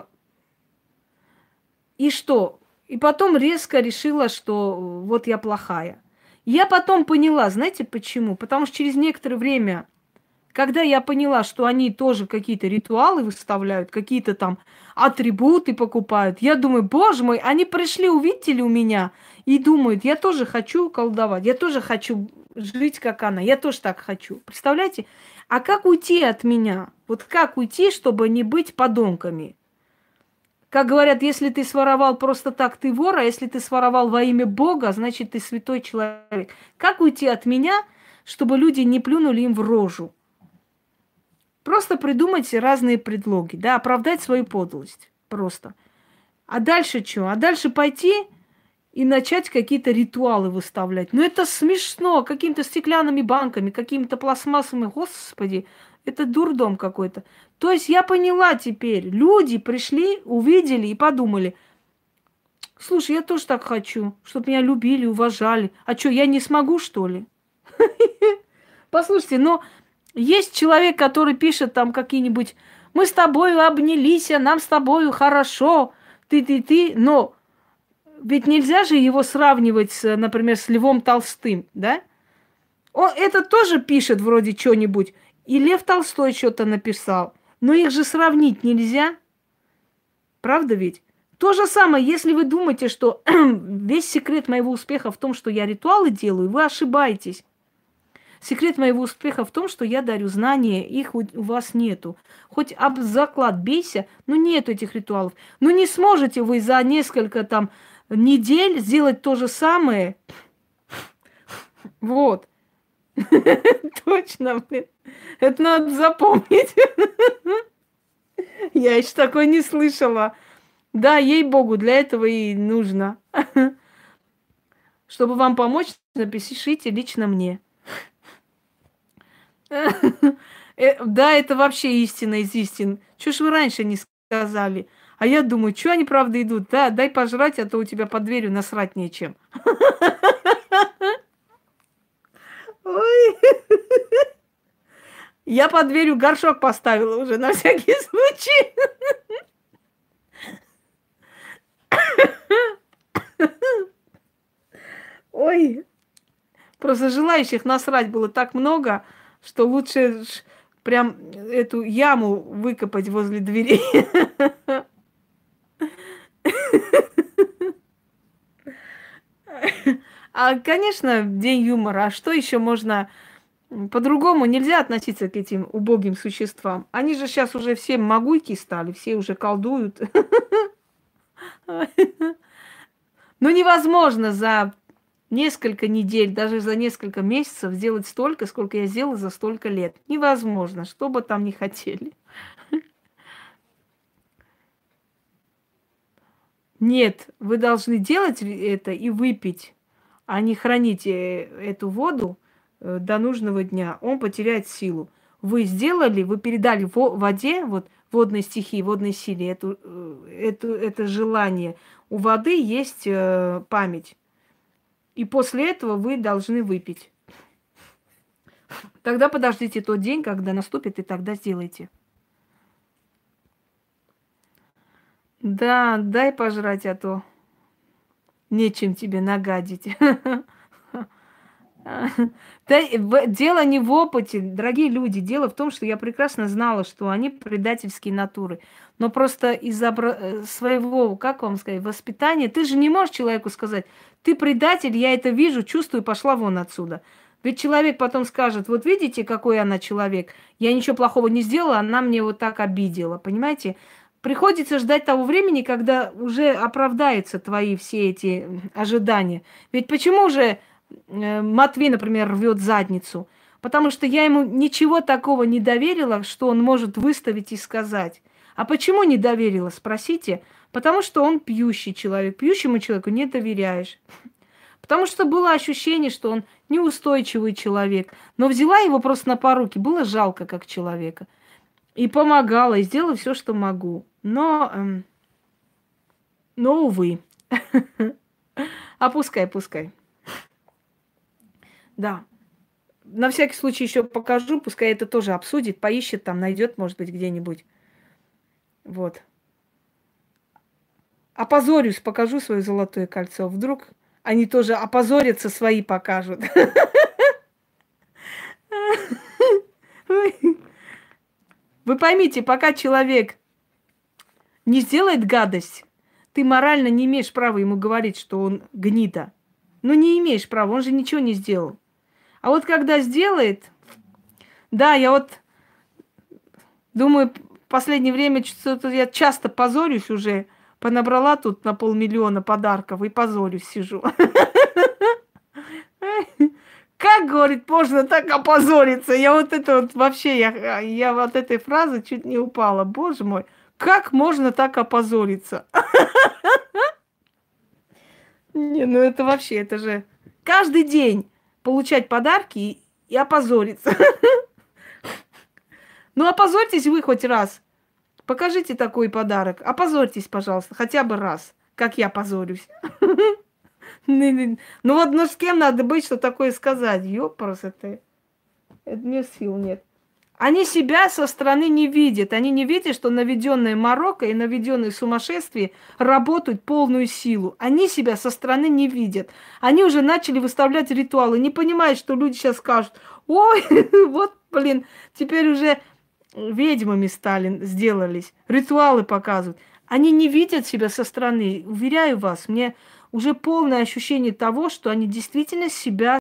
и что? И потом резко решила, что вот я плохая. Я потом поняла, знаете почему? Потому что через некоторое время, когда я поняла, что они тоже какие-то ритуалы выставляют, какие-то там атрибуты покупают, я думаю, боже мой, они пришли, увидели у меня и думают, я тоже хочу колдовать, я тоже хочу жить, как она, я тоже так хочу. Представляете? А как уйти от меня? Вот как уйти, чтобы не быть подонками? Как говорят, если ты своровал просто так, ты вор, а если ты своровал во имя Бога, значит, ты святой человек. Как уйти от меня, чтобы люди не плюнули им в рожу? Просто придумать разные предлоги, да, оправдать свою подлость. Просто. А дальше что? А дальше пойти и начать какие-то ритуалы выставлять. Ну, это смешно. Какими-то стеклянными банками, какими-то пластмассами. Господи, это дурдом какой-то. То есть я поняла теперь. Люди пришли, увидели и подумали. Слушай, я тоже так хочу, чтобы меня любили, уважали. А что, я не смогу, что ли? Послушайте, но есть человек, который пишет там какие-нибудь: мы с тобою обнялись, а нам с тобою хорошо, ты-ты-ты, но ведь нельзя же его сравнивать, с, например, с Львом Толстым, да? Он это тоже пишет вроде что-нибудь, и Лев Толстой что-то написал, но их же сравнить нельзя, правда ведь? То же самое, если вы думаете, что весь секрет моего успеха в том, что я ритуалы делаю, вы ошибаетесь. Секрет моего успеха в том, что я дарю знания, их у, у вас нету. Хоть об заклад бейся, но нету этих ритуалов. Ну не сможете вы за несколько там недель сделать то же самое. Вот. Точно, блин. Это надо запомнить. Я еще такое не слышала. Да, ей-богу, для этого и нужно. Чтобы вам помочь, напишите лично мне. Да, это вообще истина из истин. Чего ж вы раньше не сказали? А я думаю, что они правда идут? Да, дай пожрать, а то у тебя под дверью насрать нечем. Ой. Я под дверью горшок поставила уже на всякий случай. Ой. Просто желающих насрать было так много, что лучше прям эту яму выкопать возле двери. А, конечно, день юмора. А что еще можно... По-другому нельзя относиться к этим убогим существам. Они же сейчас уже все могуйки стали, все уже колдуют. Ну, невозможно за несколько недель, даже за несколько месяцев сделать столько, сколько я сделала за столько лет. Невозможно, что бы там ни хотели. Нет, вы должны делать это и выпить, а не хранить эту воду до нужного дня. Он потеряет силу. Вы сделали, вы передали в воде, вот водной стихии, водной силе, эту, эту, это желание. У воды есть память. И после этого вы должны выпить. Тогда подождите тот день, когда наступит, и тогда сделайте. Да, дай пожрать, а то нечем тебе нагадить. Дело не в опыте, дорогие люди. Дело в том, что я прекрасно знала, что они предательские натуры. Но просто из-за своего, как вам сказать, воспитания, ты же не можешь человеку сказать: ты предатель, я это вижу, чувствую, пошла вон отсюда. Ведь человек потом скажет: вот видите, какой она человек, я ничего плохого не сделала, она мне вот так обидела, понимаете? Приходится ждать того времени, когда уже оправдаются твои все эти ожидания. Ведь почему же э, Матвей, например, рвет задницу. Потому что я ему ничего такого не доверила, что он может выставить и сказать. А почему не доверила, спросите? Потому что он пьющий человек. Пьющему человеку не доверяешь. Потому что было ощущение, что он неустойчивый человек. Но взяла его просто на поруки. Было жалко как человека. И помогала, и сделала все, что могу. Но, эм, но увы. А пускай, пускай. Да. На всякий случай еще покажу, пускай это тоже обсудит, поищет там, найдет, может быть, где-нибудь. Вот. Опозорюсь, покажу свое золотое кольцо. Вдруг они тоже опозорятся, свои покажут. Вы поймите, пока человек не сделает гадость, ты морально не имеешь права ему говорить, что он гнида. Ну, не имеешь права, он же ничего не сделал. А вот когда сделает, да, я вот думаю, в последнее время что-то я часто позорюсь уже, понабрала тут на полмиллиона подарков и позорюсь, сижу. Как, говорит, можно так опозориться? Я вот это вот вообще, я, я от этой фразы чуть не упала. Боже мой, как можно так опозориться? Не, ну это вообще, это же каждый день получать подарки и, и опозориться. Ну, опозорьтесь вы хоть раз. Покажите такой подарок. Опозорьтесь, пожалуйста, хотя бы раз, как я позорюсь. Ну вот, ну с кем надо быть, что такое сказать? Ёпрст, это... Это мне сил нет. Они себя со стороны не видят. Они не видят, что наведенное морока и наведенное сумасшествие работают полную силу. Они себя со стороны не видят. Они уже начали выставлять ритуалы. Не понимают, что люди сейчас скажут: ой, вот, блин, теперь уже ведьмами стали, сделались. Ритуалы показывают. Они не видят себя со стороны. Уверяю вас, мне уже полное ощущение того, что они действительно себя